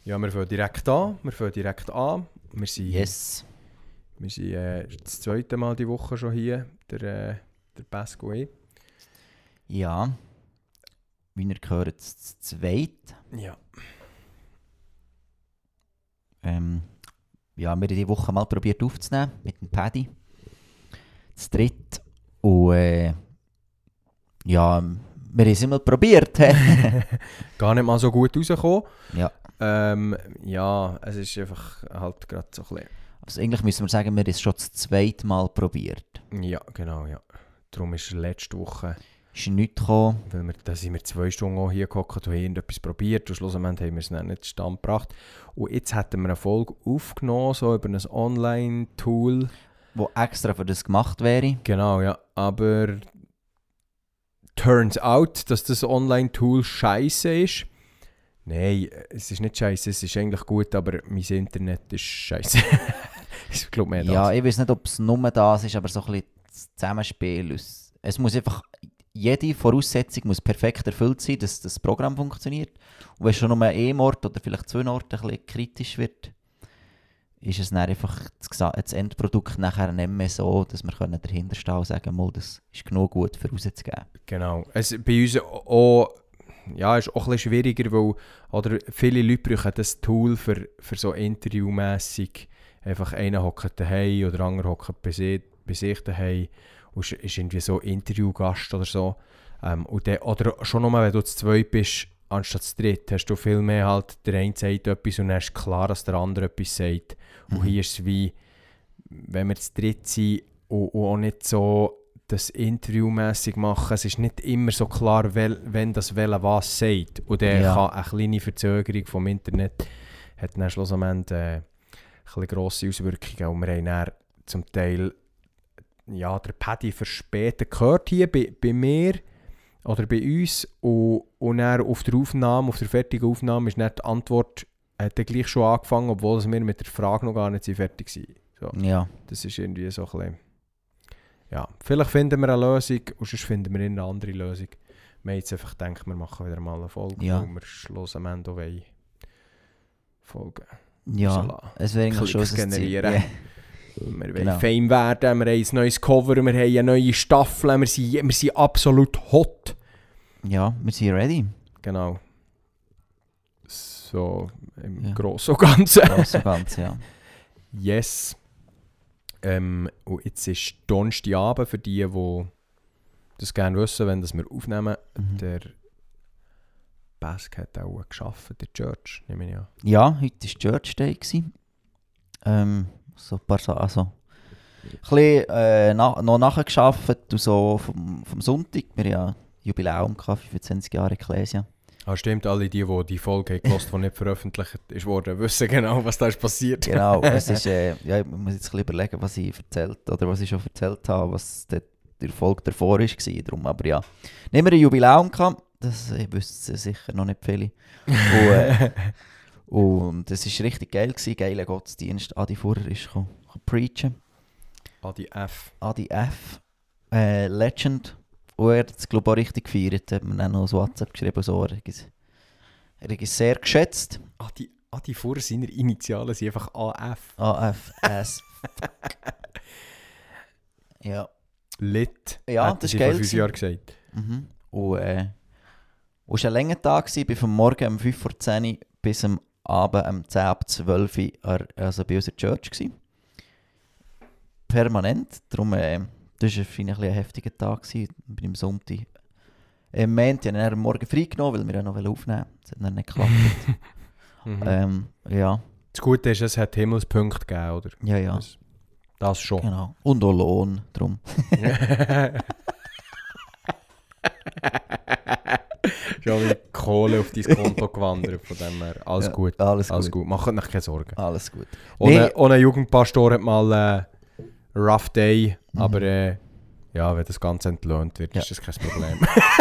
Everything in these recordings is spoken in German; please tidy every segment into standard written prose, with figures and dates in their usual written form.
Ja, wir fangen direkt an. Wir sind, Yes. wir sind das zweite Mal die Woche schon hier, der Pasco und ich. Ja. Wie ihr gehört, das zweite. Ja. Ja, wir haben diese Woche mal probiert aufzunehmen mit dem Paddy. Das dritte. Und ja, wir haben es immer probiert. Gar nicht mal so gut rausgekommen. Ja. Ja, es ist einfach halt gerade so ein Also eigentlich müssen wir sagen, wir haben es schon das zweite Mal probiert. bisschen... Ja, genau, ja. Darum ist letzte Woche, Ist nichts gekommen. weil da sind wir 2 Stunden auch hier gehockt und haben irgendetwas probiert und schlussendlich haben wir es dann nicht zustande gebracht. Und jetzt hätten wir eine Folge aufgenommen, so über ein Online-Tool. Wo extra für das gemacht wäre. Genau, ja. Aber turns out, dass das Online-Tool scheiße ist. Nein, es ist nicht scheiße, es ist eigentlich gut, aber mein Internet ist scheiße. Ich glaube mehr Ja, das. ich weiß nicht, ob es nur das ist, aber so ein bisschen das Zusammenspiel. Es muss einfach, jede Voraussetzung muss perfekt erfüllt sein, dass das Programm funktioniert. Und wenn schon nur ein Ort oder vielleicht 2 Orte ein bisschen kritisch wird, ist es dann einfach das Endprodukt nachher nicht mehr so, dass wir dahinter stehen und sagen, mal, das ist genug gut für rauszugeben. Genau. Es bei uns auch, ja, ist auch ein bisschen schwieriger, weil oder viele Leute brauchen das Tool für so interviewmässig. Einfach einer hockt daheim oder der andere hockt bei sich daheim und ist irgendwie so Interviewgast oder so. Und oder schon nur, wenn du zu zweit bist, anstatt zu dritt, hast du viel mehr halt, der eine sagt etwas und dann ist klar, dass der andere etwas sagt. Und hier ist es wie, wenn wir zu dritt sind und auch nicht so das interviewmässig machen, es ist nicht immer so klar, wenn das was sagt. Und dann kann eine kleine Verzögerung vom Internet hat dann schlussendlich ein bisschen grosse Auswirkungen. Und wir haben dann zum Teil ja, der Paddy verspätet gehört hier bei mir oder bei uns und dann auf der Aufnahme, auf der fertigen Aufnahme ist dann die Antwort hat dann gleich schon angefangen, obwohl wir mit der Frage noch gar nicht fertig waren. So. Ja. Das ist irgendwie so ein bisschen... Ja, vielleicht finden wir eine Lösung und sonst finden wir eine andere Lösung. Wir haben jetzt einfach gedacht, wir machen wieder mal eine Folge, Ja. weil wir schlussendlich am Ende auch Folgen Ja, es wäre eigentlich schon Klicks das Ziel. generieren. Ja. Wir wollen Genau. Fame werden, wir haben ein neues Cover, wir haben eine neue Staffel, wir sind absolut hot. Ja, wir sind ready. Genau. So im Ja. Großen und Ganzen. Gross und ganz, ja. Yes. Und jetzt ist Donnerstagabend für die das gerne wissen, wenn das wir aufnehmen. Mhm. Der Bask hat auch gearbeitet, der Church, nehme ich an. Ja, heute war Church Day. So ein paar Sachen, also ein bisschen noch nachgearbeitet und so vom Sonntag. Wir haben ja Jubiläum gehabt, 25 Jahre Ecclesia. Ah, stimmt, alle die Folge gehört, die nicht veröffentlicht ist worden, wissen genau, was da ist passiert. Genau, es ist, ja, ich muss jetzt ein bisschen überlegen, was ich erzählt oder was ich schon erzählt habe, was der Folge davor war. Darum, aber ja, nehmen wir ein Jubiläum gehabt, das wüssten sicher noch nicht viele. Und es war richtig geil gewesen, geiler Gottesdienst. Adi Furrer ist gekommen preachen. Adi F. Adi F. Legend. Und er hat es, glaube ich, auch richtig gefeiert. Hat mir dann noch so WhatsApp geschrieben. So. Er hat es sehr geschätzt. Adi vor seiner Initialen sind einfach AF. AF, S. Ja. Lit. Ja, Hat das sie ist geil vor 5 gewesen. Jahren gesagt. Mhm. Und es war ein langer Tag. Ich war vom Morgen um 5 vor 10 Uhr bis am Abend um 10 ab 12 Uhr also bei unserer Church gewesen. Permanent. Darum, das war ein heftiger Tag. Ich bin am Sonntag. Am Montag habe ich am Morgen freigenommen, weil wir ja noch aufnehmen wollten. Das hat dann nicht geklappt. Ja. Das Gute ist, es hat Himmelspunkte gegeben, oder? Ja, ja. Das schon. Genau. Und auch Lohn. Darum. Schon wie Kohle auf dein Konto gewandert, von dem her. Alles Ja, gut. Alles Alles gut. gut. Macht euch keine Sorgen. Alles gut. Ohne Jugendpastor hat mal einen rough day, Mhm. aber ja, wenn das Ganze entlöhnt wird, Ja. ist das kein Problem.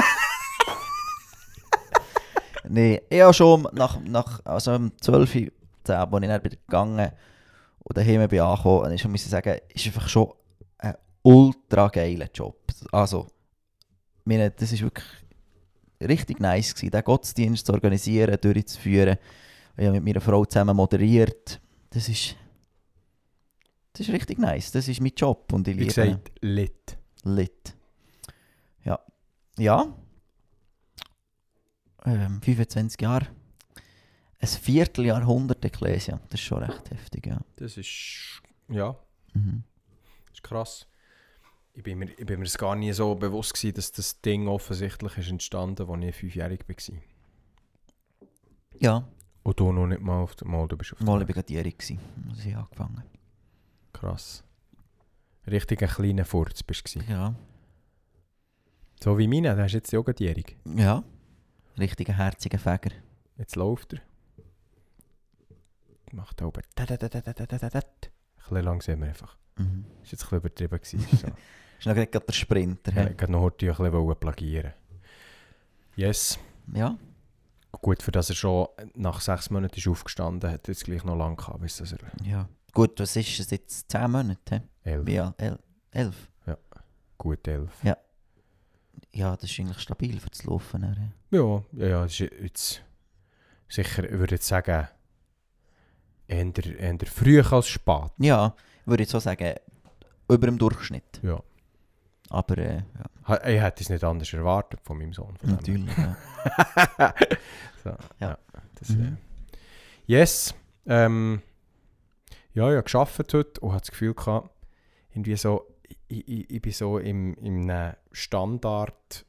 Nein, ich habe schon also um 12 Uhr, als ich dann wieder gegangen und daheim bin angekommen, und ich muss sagen, ist einfach schon ein ultra geiler Job. Also, ich meine, das ist wirklich richtig nice gewesen, den Gottesdienst zu organisieren, durchzuführen. Ich habe mit meiner Frau zusammen moderiert. Das ist richtig nice. Das ist mein Job und ich Wie liebe gesagt, lit. Lit. Ja. Ja. 25 Jahre. Ein Vierteljahrhundert Ecclesia. Das ist schon recht heftig, ja. Das ist, ja, Mhm. das ist krass. Ich bin mir es gar nie so bewusst gewesen, dass das Ding offensichtlich ist entstanden, als ich 5-jährig war. Ja. Und du noch nicht mal auf der Mal, du bist auf der Mal war ich gerade jährig, als ich angefangen. Krass. Richtig ein kleiner Furz bist du gewesen. Ja. So wie meine, der ist jetzt auch gerade jährig. Ja. Richtiger herziger Fäger. Jetzt läuft er. Macht oben. Ein bisschen langsamer einfach. Mhm. Das war jetzt ein bisschen übertrieben. Gewesen, so. Ist noch gerade der Sprinter. Ich hä? wollte noch heute ein bisschen plagieren. Yes. Ja. Gut, für das er schon nach 6 Monaten ist aufgestanden hat, jetzt gleich noch lange gehabt, bis er Ja. Gut, was ist es jetzt? 10 Monate? 11. Ja, 11. Gut 11. Ja, das ist eigentlich stabil für das Laufen. Hä? Ja, das ist jetzt sicher, ich würde jetzt sagen, eher früh als spät. Ja, würde ich so sagen, über dem Durchschnitt. Ja. Aber ja, Ich hätte es nicht anders erwartet von meinem Sohn. Von dem natürlich. Ja. So, Ja. Das, Mhm. yes. Ja, ich habe gearbeitet heute und hatte das Gefühl gehabt, irgendwie so, ich bin so im Standard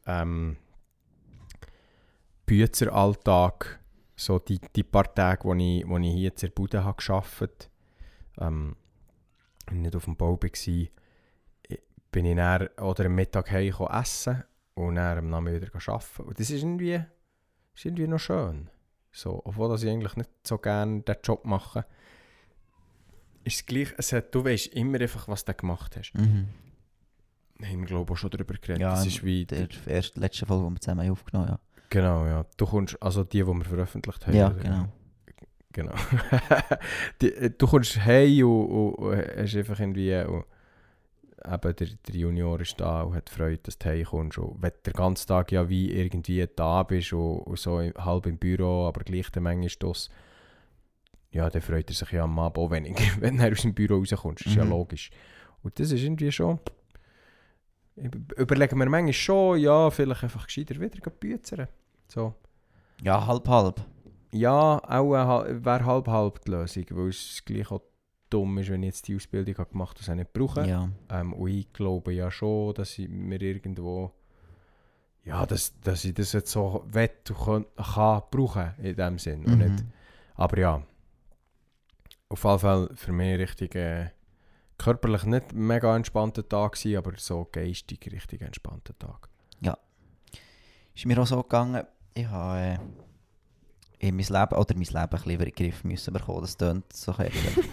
Büzeralltag, so die paar Tage, wo ich hier in der Bude habe gearbeitet habe, nicht auf dem Bau war, bin ich dann oder am Mittag heimgekommen essen und dann am Nachmittag wieder arbeiten. Und das ist irgendwie noch schön. So, obwohl dass ich eigentlich nicht so gerne diesen Job mache, ist es gleich, du weißt immer einfach, was du gemacht hast. Mhm. Wir haben, glaube ich, auch schon darüber geredet. Ja, das ist wie... Der letzte Folge, die wir zusammen aufgenommen haben. Genau, ja. Du kommst, also die wir veröffentlicht haben. Ja, oder? genau. Genau. Du kommst heim und hast einfach irgendwie... Und eben der Junior ist da und hat Freude, dass du heimkommst. Und wenn du den ganzen Tag ja wie irgendwie da bist und so halb im Büro, aber gleich der Menge ist das, ja, dann freut er sich ja am Abend auch weniger, wenn du aus dem Büro rauskommst. Das ist ja logisch. Und das ist irgendwie schon... Überlegen wir manchmal schon, ja, vielleicht einfach gescheiter wieder büzern. So. Ja, halb. Ja, auch wäre halb die Lösung, weil es gleich auch dumm ist, wenn ich jetzt die Ausbildung habe gemacht habe, das auch nicht brauche. Ja. Und ich glaube ja schon, dass ich mir irgendwo... Ja, dass ich das jetzt so kann brauchen in dem Sinn. Und nicht, aber ja, auf jeden Fall für mich richtig... körperlich nicht ein mega entspannter Tag gewesen, aber so geistig richtig entspannter Tag. Ja. Ist mir auch so gegangen, ich habe in mein Leben ein bisschen in den Griff müssen bekommen. Das tönt so heftig.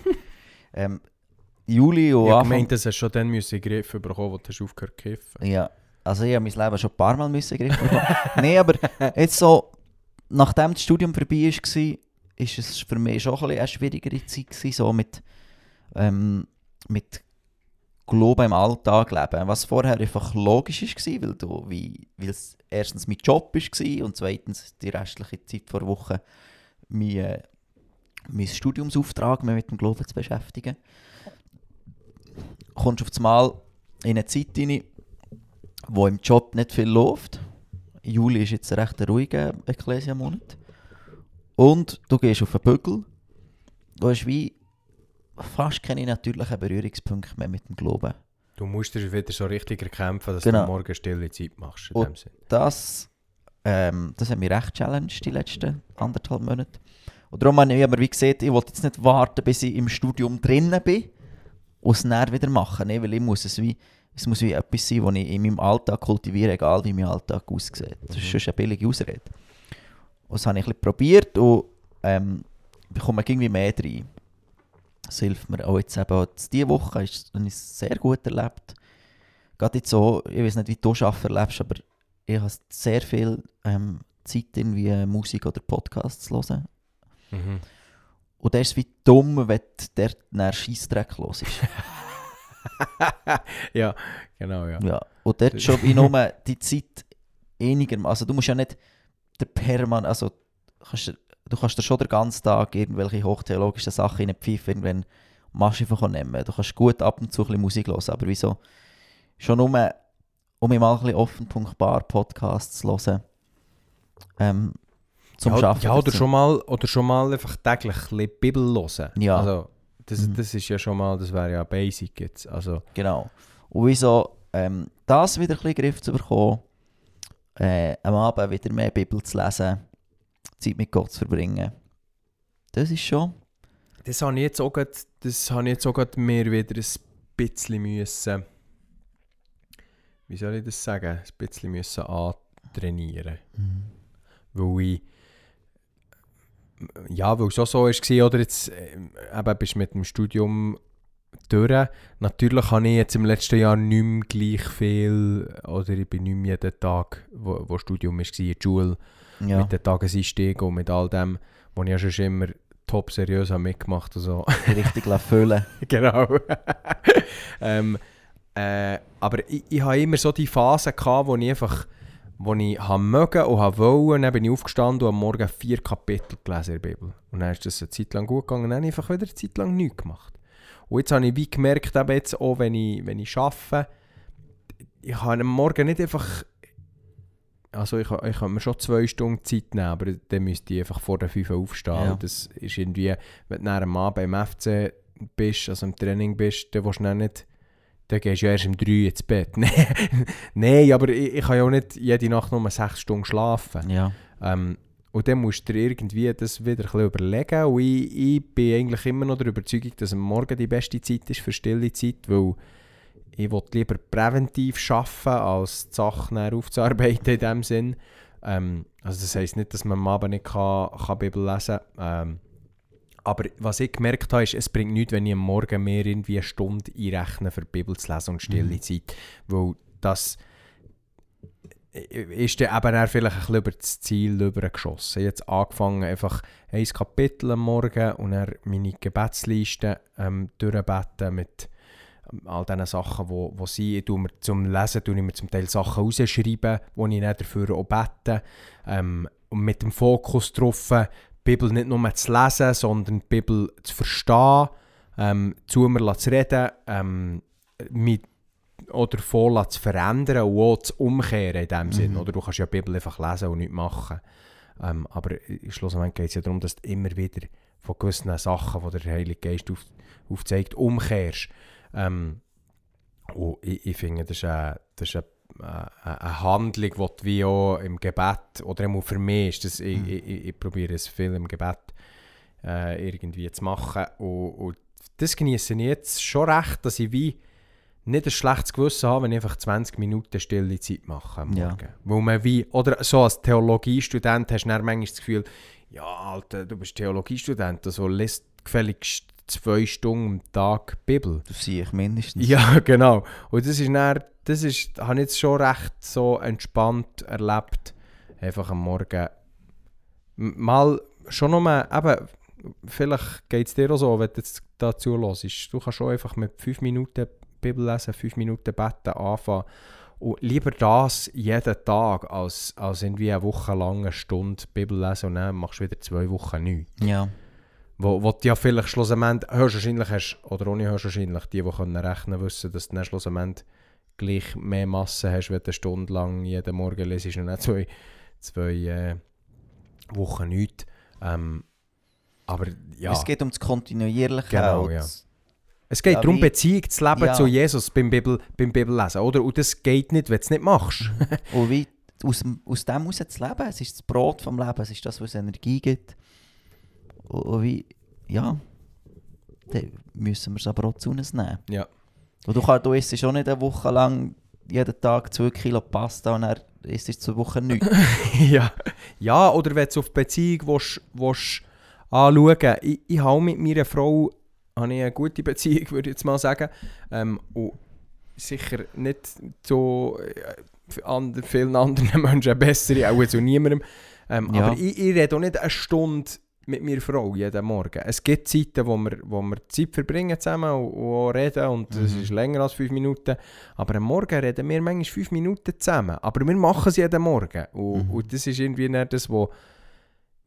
Juli und Ich Anfang... meinte, dass du schon dann in den Griff bekommen, wo du hast aufgehört zu kiffen. Ja, also ich habe mein Leben schon ein paar Mal müssen in den Griff bekommen. Nein, aber jetzt so, nachdem das Studium vorbei war, ist es für mich schon ein bisschen eine schwierigere Zeit gewesen, so mit Glauben im Alltag leben. Was vorher einfach logisch war, weil es erstens mein Job war und zweitens die restliche Zeit vor Woche mein Studiumsauftrag mich mit dem Glauben zu beschäftigen. Kommst auf einmal in eine Zeit rein, wo im Job nicht viel läuft. Juli ist jetzt ein recht ruhiger Ecclesia-Monat. Und du gehst auf den Bügel. Du hast wie fast keine natürlichen Berührungspunkte mehr mit dem Glauben. Du musst dir wieder so richtig erkämpfen, dass Genau. du morgen stille Zeit machst. In Und dem Sinn. Das hat mich recht challenged die letzten 1,5 Monate. Und darum habe ich aber wie gesagt, ich wollte jetzt nicht warten, bis ich im Studium drinnen bin und es dann wieder machen. Nee, weil es muss wie etwas sein, das ich in meinem Alltag kultiviere, egal wie mein Alltag aussieht. Das ist schon eine billige Ausrede. Und das habe ich ein bisschen probiert und bekomme irgendwie mehr rein. Das hilft mir auch jetzt eben. Diese Woche habe ich es sehr gut erlebt. Gerade jetzt so, ich weiß nicht, wie du Arbeiten erlebst, aber ich habe sehr viel Zeit, irgendwie Musik oder Podcasts zu hören. Mhm. Und das ist wie dumm, wenn der Scheissdreck los ist. Ja, genau, ja. Ja. Und dort schon wie nur die Zeit einigermaßen. Also du musst ja nicht der Permanent, also du kannst dir schon den ganzen Tag irgendwelche hochtheologischen Sachen reinpfeifen, irgendwann machst du einfach auch nicht mehr. Du kannst gut ab und zu ein bisschen Musik hören, aber wieso? Schon nur, um mal ein bisschen offen.bar Podcasts zu hören. Zum Arbeiten. Ja, oder schon mal einfach täglich ein bisschen Bibel hören. Ja. Also, das ist ja schon mal, das wäre ja basic jetzt. Also. Genau. Und wieso das wieder ein bisschen in den Griff zu bekommen, am Abend wieder mehr Bibel zu lesen, Zeit mit Gott zu verbringen. Das ist schon... Das habe ich jetzt auch gerade mir wieder ein bisschen müssen... Wie soll ich das sagen? Ein bisschen müssen antrainieren. Weil ich... Ja, weil es auch so war, oder jetzt eben bist du mit dem Studium durch. Natürlich habe ich jetzt im letzten Jahr nicht mehr gleich viel, oder ich bin nicht mehr jeden Tag, wo Studium war, in der Schule, mit den Tageseinstiegen und mit all dem, wo ich ja schon immer top seriös habe mitgemacht und so. Richtig füllen. Genau. Aber ich hatte immer so die Phase gehabt, wo ich einfach... Wo ich mögen und wollte, dann bin ich aufgestanden und am Morgen 4 Kapitel gelesen in der Bibel. Und dann ist das eine Zeit lang gut gegangen und dann habe ich einfach wieder eine Zeit lang nichts gemacht. Und jetzt habe ich wie gemerkt, eben jetzt auch wenn ich arbeite, ich kann am Morgen nicht einfach... Also ich kann mir schon 2 Stunden Zeit nehmen, aber dann müsste ich einfach vor der 5 Uhr aufstehen. Ja. Das ist irgendwie, wenn du dann am Abend im FC bist, also im Training bist, dann willst du nicht... Dann gehst du ja erst um 3 ins Bett. Nein, aber ich kann ja auch nicht jede Nacht nur 6 Stunden schlafen. Ja. Und dann musst du dir irgendwie das wieder ein bisschen überlegen. Und ich bin eigentlich immer noch der Überzeugung, dass am Morgen die beste Zeit ist für stille Zeit, weil ich will lieber präventiv arbeiten, als die Sachen aufzuarbeiten in dem Sinn. Also das heisst nicht, dass man am Abend nicht kann Bibel lesen kann. Aber was ich gemerkt habe, ist, es bringt nichts, wenn ich am Morgen mehr irgendwie eine Stunde einrechne für die Bibel zu lesen und stille Zeit. Weil das ist dann eben vielleicht ein bisschen über das Ziel übergeschossen. Ich habe jetzt angefangen, einfach ein Kapitel am Morgen und dann meine Gebetsliste durchbeten mit all diesen Sachen, die sind. Zum Lesen tue ich mir zum Teil Sachen rausschreiben, die ich dann dafür auch bete. Und mit dem Fokus darauf, die Bibel nicht nur zu lesen, sondern die Bibel zu verstehen, zu mir zu reden, oder voll zu verändern und auch zu umkehren in dem Sinn. Oder du kannst ja die Bibel einfach lesen und nichts machen. Aber schlussendlich geht es ja darum, dass du immer wieder von gewissen Sachen, die der Heilige Geist aufzeigt, umkehrst. Und ich finde, das ist eine Handlung, die du wie auch im Gebet, oder auch für mich ist das, ich probiere es viel im Gebet irgendwie zu machen. Und das genieße ich jetzt schon recht, dass ich wie nicht ein schlechtes Gewissen habe, wenn ich einfach 20 Minuten stille Zeit mache am Morgen. Ja. Weil man wie, oder so als Theologiestudent hast du dann manchmal das Gefühl, ja Alter, du bist Theologiestudent, also liest gefälligst 2 Stunden am Tag Bibel. Das sehe ich mindestens. Ja, genau. Und das habe ich jetzt schon recht so entspannt erlebt, einfach am Morgen mal schon nochmal, eben, vielleicht geht es dir auch so, wenn du jetzt dazu hörst, du kannst schon einfach mit 5 Minuten Bibel lesen, 5 Minuten beten anfangen und lieber das jeden Tag als irgendwie eine Woche lang eine Stunde Bibel lesen und dann machst du wieder 2 Wochen nichts. Ja. Wo du ja vielleicht schlussendlich höchstwahrscheinlich hast, oder ohne höchstwahrscheinlich, die können rechnen wissen, dass du dann schlussendlich gleich mehr Masse hast, wenn du eine Stunde lang jeden Morgen lesest und nicht 2 Wochen nichts. Aber ja. Es geht um das Kontinuierliche. Genau, ja. Es geht darum, Beziehung zu leben zu Jesus beim Bibellesen, oder? Und das geht nicht, wenn du es nicht machst. Und wie aus dem heraus zu leben, es ist das Brot vom Leben, es ist das, was Energie gibt. Und wie, ja, dann müssen wir es aber auch zu uns nehmen. Ja. Und du isst schon nicht eine Woche lang jeden Tag 2 Kilo Pasta und dann isst es 2 Wochen nichts. Ja, oder wenn du auf Beziehung willst anschauen. Ich habe mit meiner Frau eine gute Beziehung, würde ich jetzt mal sagen. Und sicher nicht so vielen anderen Menschen bessere, auch zu niemandem. Aber ich rede auch nicht eine Stunde mit meiner Frau jeden Morgen. Es gibt Zeiten, wo wir Zeit verbringen zusammen und auch reden und das ist länger als 5 Minuten. Aber am Morgen reden wir manchmal 5 Minuten zusammen. Aber wir machen es jeden Morgen. Und das ist irgendwie nicht das, wo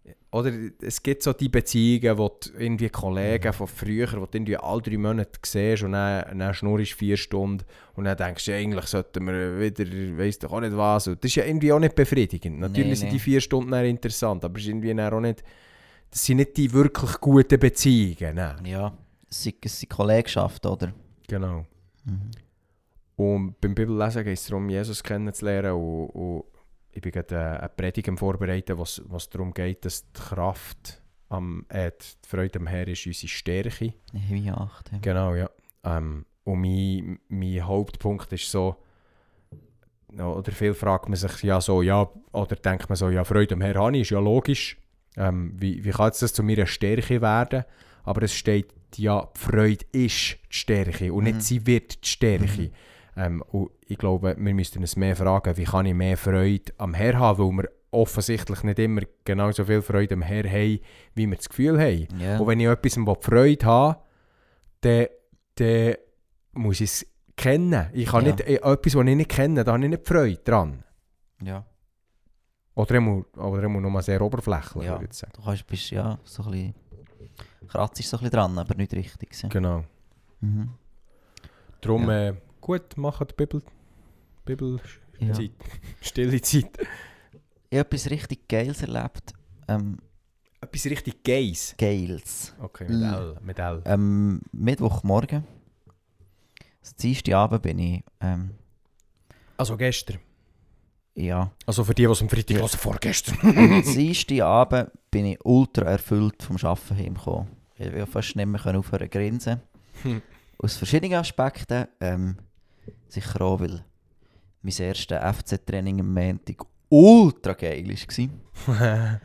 Oder es gibt so die Beziehungen, wo du irgendwie Kollegen von früher, wo du irgendwie alle 3 Monate siehst und dann schnurrst 4 Stunden und dann denkst du, ja, eigentlich sollten wir wieder, weiss doch auch nicht was. Und das ist ja irgendwie auch nicht befriedigend. Natürlich sind die 4 Stunden dann interessant, aber es ist irgendwie dann auch nicht, das sind nicht die wirklich guten Beziehungen. Nein. Ja, es sind Kollegschaft, oder? Genau. Mhm. Und beim Bibellesen geht es darum, Jesus kennenzulernen und ich bin gerade eine Predigt am Vorbereiten, was darum geht, dass die Kraft, die Freude am Herrn ist unsere Stärke. Wie 8. Ja. Genau, ja. Und mein Hauptpunkt ist so, oder viel fragt man sich ja so, ja, oder denkt man so, ja, Freude am Herrn habe ich, ist ja logisch. Wie kann jetzt das zu meiner Stärke werden? Aber es steht ja, die Freude ist die Stärke und nicht sie wird die Stärke. Und ich glaube, wir müssten uns mehr fragen, wie kann ich mehr Freude am Herrn haben, weil wir offensichtlich nicht immer genauso viel Freude am Herrn haben, wie wir das Gefühl haben. Yeah. Und wenn ich etwas Freude habe, dann muss ich es kennen. Ich kann nicht etwas, was ich nicht kenne, da habe ich nicht Freude dran. Ja. Oder immer nur sehr oberflächlich, Ja. würde ich sagen. Du bist ja so ein bisschen, kratzt so ein bisschen dran, aber nicht richtig. So. Genau. Mhm. Darum, gut, machen die Bibel Ja. Zeit. Stille Zeit. Ich habe etwas richtig Geiles erlebt. Etwas richtig Geiles. Geiles. Okay, Mm. mit L. Mittwochmorgen, das Dienstagabend bin ich, Also gestern. ja, Also für die am Freitag hören, vorgestern. am Dienstagabend bin ich ultra erfüllt vom Arbeiten heimgekommen. Ich will fast nicht mehr aufhören zu grinsen. Aus verschiedenen Aspekten. Sicher auch, weil mein erstes FC-Training am Montag ultra geil war.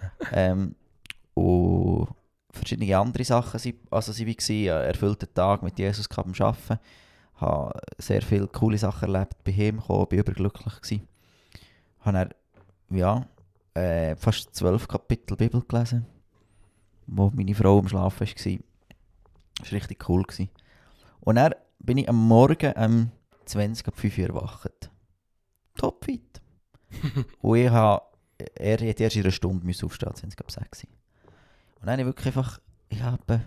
Und verschiedene andere Sachen waren wie ein erfüllter Tag mit Jesus beim Arbeiten. Ich habe sehr viele coole Sachen erlebt, bei ihm gekommen, bin überglücklich gewesen. Habe dann, fast 12 Kapitel Bibel gelesen, wo meine Frau am Schlafen war. Das war richtig cool gewesen. Und dann bin ich am Morgen 20 ab 5 Uhr erwacht. Topfit. Und er hätte erst in einer Stunde aufstehen, 20 ab 6 Uhr. Und dann habe ich wirklich einfach, ich habe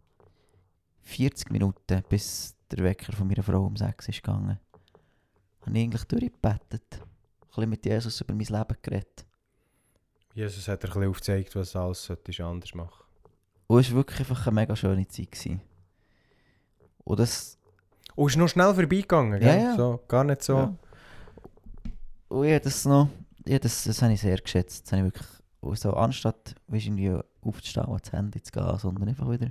40 Minuten, bis der Wecker von meiner Frau um 6 Uhr ist gegangen, habe ich eigentlich durchgebetet. Ein bisschen mit Jesus über mein Leben geredet. Jesus hat dir ein bisschen aufgezeigt, was alles solltest anders machen. Und es war wirklich einfach eine mega schöne Zeit gewesen. Und das... Und es ist noch schnell vorbeigegangen, Ja, gell? ja. So, gar nicht so. Ja. Und ich habe das noch... Das habe ich sehr geschätzt. Das habe ich wirklich... Und so, anstatt irgendwie aufzustehen und ans Handy zu gehen, sondern einfach wieder...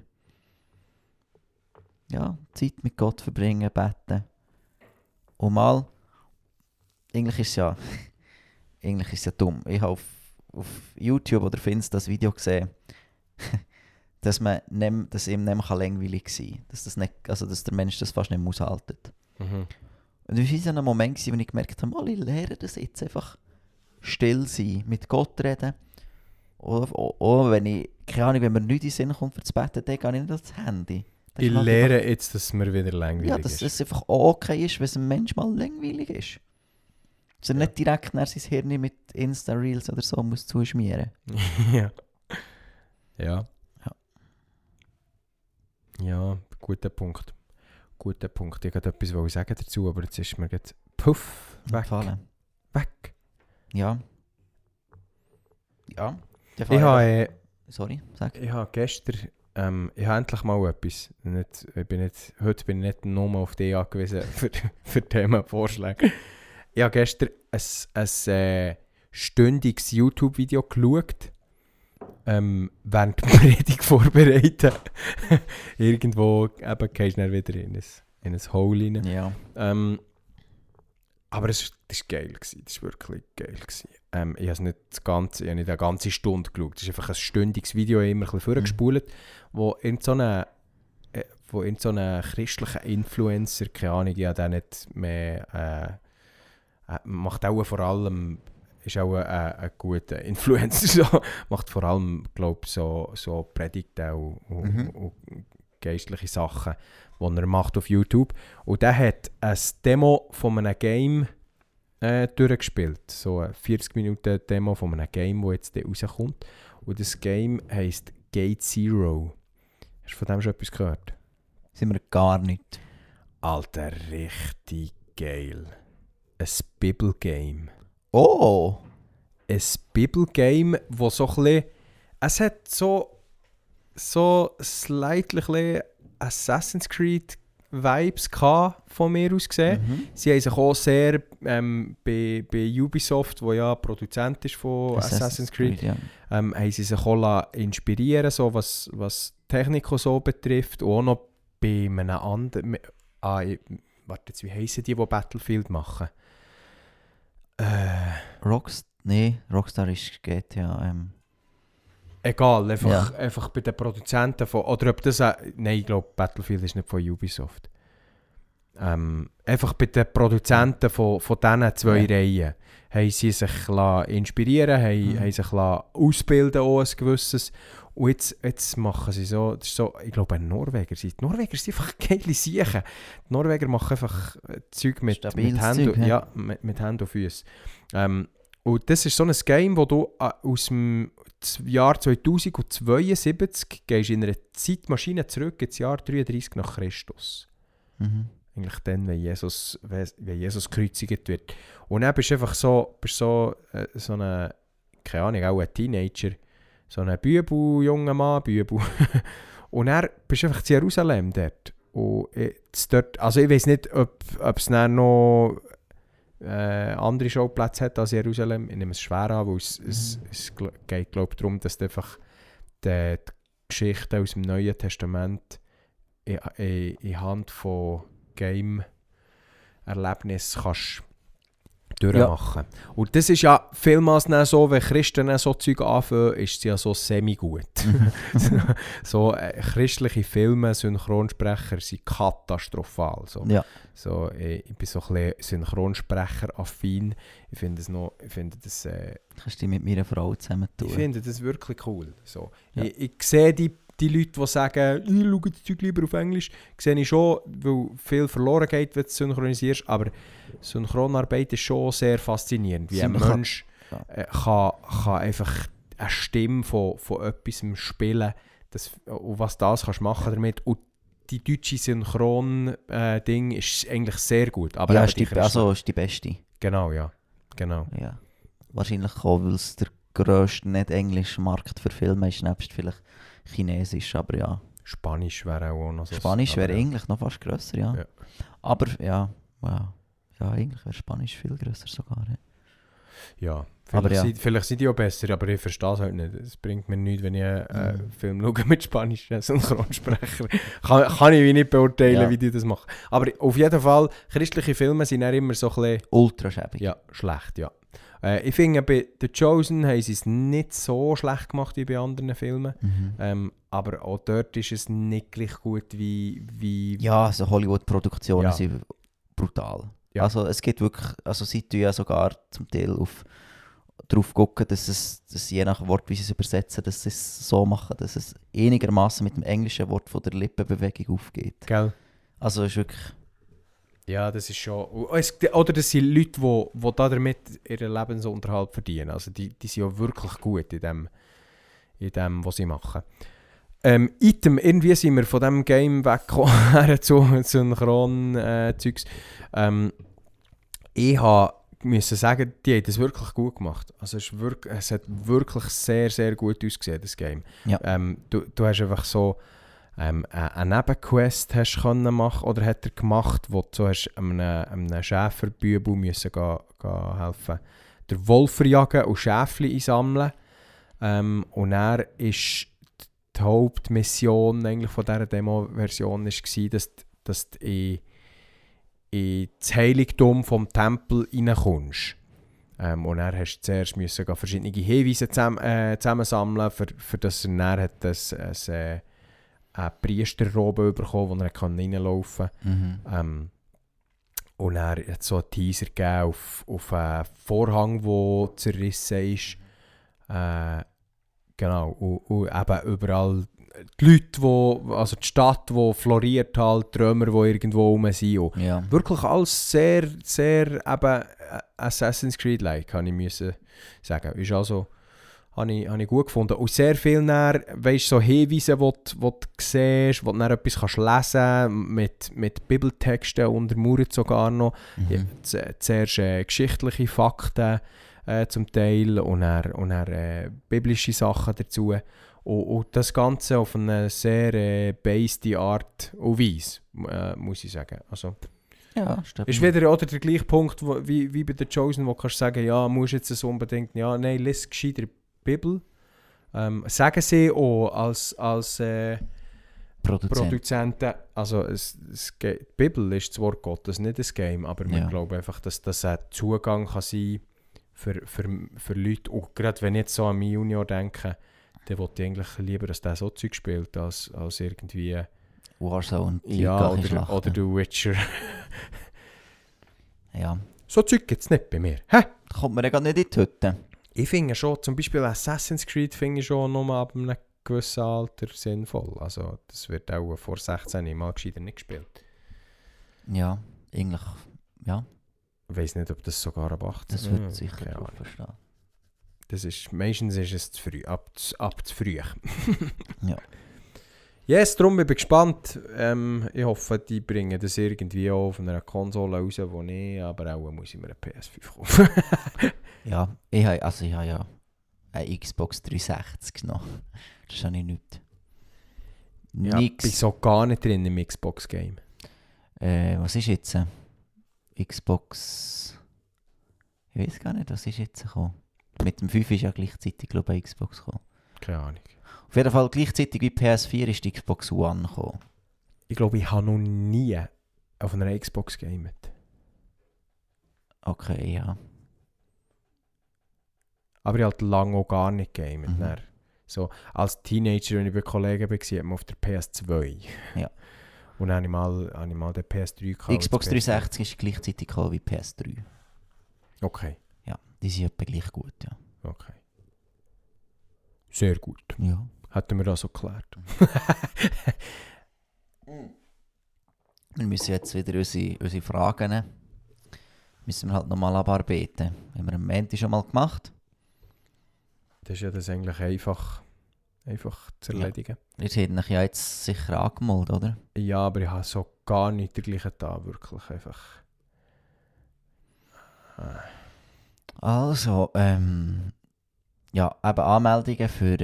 Ja, Zeit mit Gott verbringen, beten. Und mal... Eigentlich ist es ja... Eigentlich ist es ja dumm. Ich habe auf YouTube oder auf Insta das Video gesehen, dass ihm nämlich langweilig sein kann. Dass der Mensch das fast nicht mehr aushaltet. Mhm. Und es war so ein Moment, wo ich gemerkt habe, ich lerne das jetzt einfach still sein, mit Gott reden. Oder wenn ich, keine Ahnung, wenn mir nichts in den Sinn kommt für das Beten, dann gehe ich nicht ans Handy. Dann Ich ist halt lehre einfach, jetzt, dass es mir wieder langweilig ja, dass ist. es einfach auch okay ist, wenn es einem Mensch mal langweilig ist. Dass er nicht direkt nach sein Hirn mit Insta-Reels oder so muss zuschmieren. Ja. Ja. Ja. Ja, guter Punkt. Guter Punkt. Ich wollte etwas sagen dazu, aber jetzt ist mir gerade puff, weg. Gefallen. Weg. Ja. Ja. Sorry, sag. Ich habe gestern, ich habe endlich mal etwas. Heute bin ich nicht nur auf dich angewiesen für Themenvorschläge. Ich habe gestern ein stündiges YouTube-Video geschaut, während der Predigt vorbereiten. Irgendwo eben gehst du dann wieder in ein Hole rein. Ja. Aber das war geil. Das war wirklich geil. Ich habe nicht eine ganze Stunde geschaut. Das ist einfach ein stündiges Video, immer ein bisschen vorgespult, wo irgendein christlicher Influencer, keine Ahnung, ich habe den nicht mehr... macht auch vor allem, ist auch ein guter Influencer, so, macht vor allem, glaube ich, so Predigten und geistliche Sachen, die er macht auf YouTube. Und der hat ein Demo von einem Game durchgespielt, so eine 40 Minuten Demo von einem Game, das jetzt rauskommt. Und das Game heisst Gate Zero. Hast du von dem schon etwas gehört? Sind wir gar nicht. Alter, richtig geil. Ein Bibelgame. Oh! Ein Bibelgame, wo so ein bisschen... Es hat so slightly ein bisschen Assassin's Creed Vibes von mir aus gesehen. Sie haben sich auch sehr bei Ubisoft, wo ja Produzent ist von Assassin's Creed, haben sie sich auch inspirieren, so was Technik und so betrifft. Und auch noch bei einem anderen... warte jetzt, wie heissen die Battlefield machen? Rockstar ist GTA. Egal, einfach bei den Produzenten von... Oder ob das... nein, ich glaube, Battlefield ist nicht von Ubisoft. Einfach bei den Produzenten von diesen zwei Reihen haben sie sich inspirieren, haben sich ausbilden auch ein gewisses. Und jetzt machen sie so... Das ist so, ich glaube, Norweger sind einfach geile Siechen. Die Norweger machen einfach Zeug mit Händen, mit Händen und Füßen. Und das ist so ein Game, wo du aus dem Jahr 2072 gehst in einer Zeitmaschine zurück ins Jahr 33 nach Christus. Eigentlich dann, wenn Jesus gekreuzigt wird. Und dann bist du einfach so eine, keine Ahnung, auch ein Teenager, so ein junger Mann. Und dann bist du einfach in Jerusalem dort. Und dort, also ich weiss nicht, ob es dann noch andere Schauplätze hat als Jerusalem. Ich nehme es schwer an, weil es geht, glaube ich, darum, dass du einfach die Geschichten aus dem Neuen Testament in Hand von Game-Erlebnissen kannst durchmachen. Ja. Und das ist ja vielmals so, wenn Christen so Zeug anfangen, ist es ja so semi-gut. So christliche Filme, Synchronsprecher sind katastrophal. So. Ja. So, ich bin so ein bisschen Synchronsprecher-affin. Ich finde das... Kannst du dich mit meiner Frau zusammen tun? Ich finde das wirklich cool. So. Ja. Ich sehe die Leute, die sagen, ich schaue das Zeug lieber auf Englisch, sehe ich schon, weil viel verloren geht, wenn du es synchronisierst, aber Synchronarbeit ist schon sehr faszinierend, wie ein Mensch kann einfach eine Stimme von etwas spielen, und was das kannst machen damit. Und die deutsche Synchron-Ding ist eigentlich sehr gut. Aber ja, ist die beste. Genau, ja. Genau. Ja. Wahrscheinlich auch, weil es der grösste nicht-englische Markt für Filme ist, nebst vielleicht Chinesisch, aber ja. Spanisch wäre auch noch so. Spanisch wäre eigentlich noch fast grösser, ja. Aber ja, eigentlich wäre Spanisch viel grösser sogar. Ja, vielleicht sind die auch besser, aber ich verstehe es halt nicht. Es bringt mir nichts, wenn ich einen Film schaue mit spanischen Synchronsprecher. kann ich nicht beurteilen, wie die das machen. Aber auf jeden Fall, christliche Filme sind auch immer so ein bisschen... ultraschäbig. Ja, schlecht, ja. Ich finde, bei The Chosen haben sie es nicht so schlecht gemacht wie bei anderen Filmen. Aber auch dort ist es nicht gleich gut wie... Ja, also Hollywood-Produktionen sind brutal. Ja. Also es gibt wirklich... Also sie tun ja sogar zum Teil darauf gucken, dass je nach Wort, wie sie es übersetzen, dass sie es so machen, dass es einigermaßen mit dem englischen Wort von der Lippenbewegung aufgeht. Gell? Also es ist wirklich... Ja, das ist schon... Oder das sind Leute, die damit ihren Lebensunterhalt verdienen. Also die sind ja wirklich gut in dem, was sie machen. Irgendwie sind wir von diesem Game weggekommen zu Synchron-Zeugs. Ich musste sagen, die haben das wirklich gut gemacht. Also es hat wirklich sehr, sehr gut ausgesehen, das Game. Ja. Du hast einfach so... eine Nebenquest hast können machen oder hat er gemacht, wo du hast einem Schäferbübel müssen helfen, den Wolf verjagen und Schäfli einsammeln. Und er ist die Hauptmission eigentlich von dieser Demo-Version war, dass du in das Heiligtum vom Tempel reinkommst. Und dann hast du zuerst verschiedene Hinweise zusammensammeln, für das er dann hat eine Priesterrobe bekommen, wo er reinlaufen konnte. Und er hat so einen Teaser gegeben auf einen Vorhang, der zerrissen ist. Genau. Und eben überall die Leute, also die Stadt, die floriert halt, die Römer, die irgendwo rum sind. Und wirklich alles sehr, sehr eben Assassin's Creed-like, kann ich sagen. Ist also habe ich gut gefunden. Und sehr viel näher, weißt, so Hinweise, die du siehst, wo du dann etwas kannst lesen mit Bibeltexten untermauert sogar noch. Ja, zuerst geschichtliche Fakten zum Teil und dann biblische Sachen dazu. Und das Ganze auf eine sehr based Art und Weise, muss ich sagen. Also, Ja, stimmt. ist wieder oder der gleiche Punkt wie bei The Chosen, wo du kannst sagen, ja, musst jetzt das unbedingt, ja, nein, lies gescheiter Bibel. Sagen sie auch als Produzenten, also die Bibel ist das Wort Gottes, nicht das Game, aber wir glauben einfach, dass das ein Zugang kann sein für Leute. Und gerade wenn ich jetzt so an meinen Junior denke, dann wollte ich eigentlich lieber, dass der so Zeug spielt, als irgendwie Warzone, ja, oder The Witcher. Ja. So Zeug gibt es nicht bei mir. Hä? Da kommt man ja gar nicht in die Hütte. Ich finde schon, zum Beispiel Assassin's Creed finde ich schon nur ab einem gewissen Alter sinnvoll. Also das wird auch vor 16 mal gescheiter nicht gespielt. Ja, eigentlich, ja. Ich weiss nicht, ob das sogar ab 18 Das wird sicher keine verstehen. Das ist, meistens ist es zu früh, ab zu früh. Ja. Yes, darum bin ich gespannt. Ich hoffe, die bringen das irgendwie auch auf einer Konsole raus, wo nicht, aber auch muss ich mir eine PS5 kaufen. Ja, ich habe ja eine Xbox 360 noch. Das habe ich nicht. Ja, ich bin so gar nicht drin im Xbox-Game. Was ist jetzt? Xbox... Ich weiß gar nicht, was ist jetzt gekommen. Mit dem 5 ist ja gleichzeitig, glaube ich, Xbox gekommen. Keine Ahnung. Auf jeden Fall gleichzeitig wie PS4 ist die Xbox One gekommen. Ich glaube, ich habe noch nie auf einer Xbox gamet. Okay, ja. Aber ich habe halt lange auch gar nicht gamet. Mhm. So, als Teenager, wenn ich bei Kollegen war, hat man auf der PS2. Ja. Und dann habe ich mal den PS3 gekauft. Xbox 360 ist gleichzeitig gekommen wie PS3. Okay. Ja, die sind etwa gleich gut, ja. Okay. Sehr gut. Ja. Hätten wir das so geklärt. Wir müssen jetzt wieder unsere Fragen müssen wir halt nochmal abarbeiten. Haben wir am Montag schon mal gemacht. Das ist ja das eigentlich einfach zu erledigen. Ihr seid euch ja jetzt sicher angemeldet, oder? Ja, aber ich habe so gar nicht dergleichen da, wirklich einfach. Also, ja, eben Anmeldungen für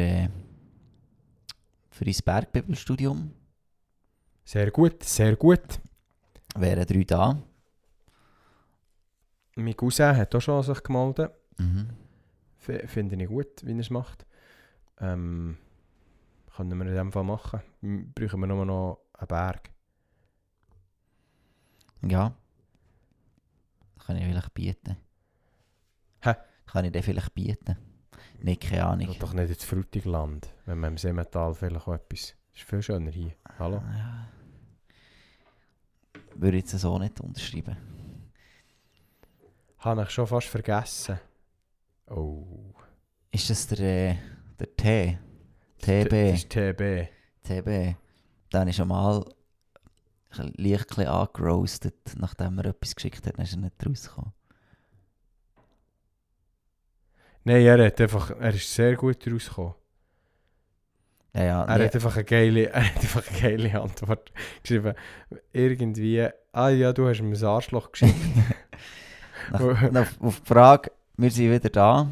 das Bergbibelstudium Sehr gut, sehr gut. wären 3 da. Mein Cousin hat auch schon an sich gemeldet. Mhm. Finde ich gut, wie er es macht. Können wir in dem Fall machen. Brauchen wir nur noch einen Berg. Ja. Kann ich vielleicht bieten. Hä? Kann ich den vielleicht bieten? Nicht, keine Ahnung. Geht doch nicht ins Frutigland, wenn man im Simmental vielleicht auch etwas... Das ist viel schöner hier. Hallo? Ja. Würde ich jetzt so nicht unterschreiben. Habe ich schon fast vergessen. Oh. Ist das der T? Das TB? ist TB. TB. Den habe ich schon mal leicht angeroastet, nachdem er etwas geschickt hat, dann ist er nicht rausgekommen. Nein, er ist sehr gut rausgekommen. Ja, Er hat einfach eine geile Antwort geschrieben. Irgendwie, ja, du hast ihm ein Arschloch geschickt. auf die Frage, wir sind wieder da,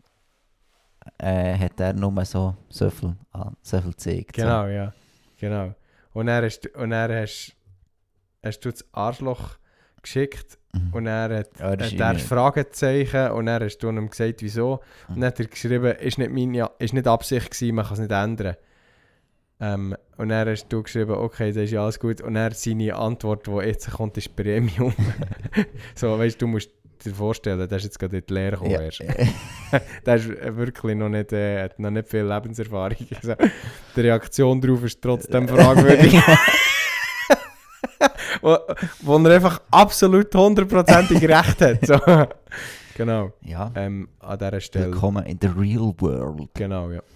hat er nur so viel gezeigt. Genau, ja. Genau. Und er hast du das Arschloch geschickt und er hat er Fragezeichen und er hast du ihm gesagt, wieso. Und dann hat er geschrieben, ist nicht Absicht gewesen, man kann es nicht ändern. Und dann hast du geschrieben, okay, das ist ja alles gut. Und er seine Antwort, die jetzt kommt, ist Premium. So, weißt du, musst dir vorstellen, der ist jetzt gerade in die Lehre gekommen. Erst. Der ist wirklich noch nicht, hat noch nicht viel Lebenserfahrung. Also, die Reaktion darauf ist trotzdem fragwürdig. wo er einfach absolut 100%ig recht hat. So. Genau. Ja. An dieser Stelle. Willkommen in the real world. Genau, ja.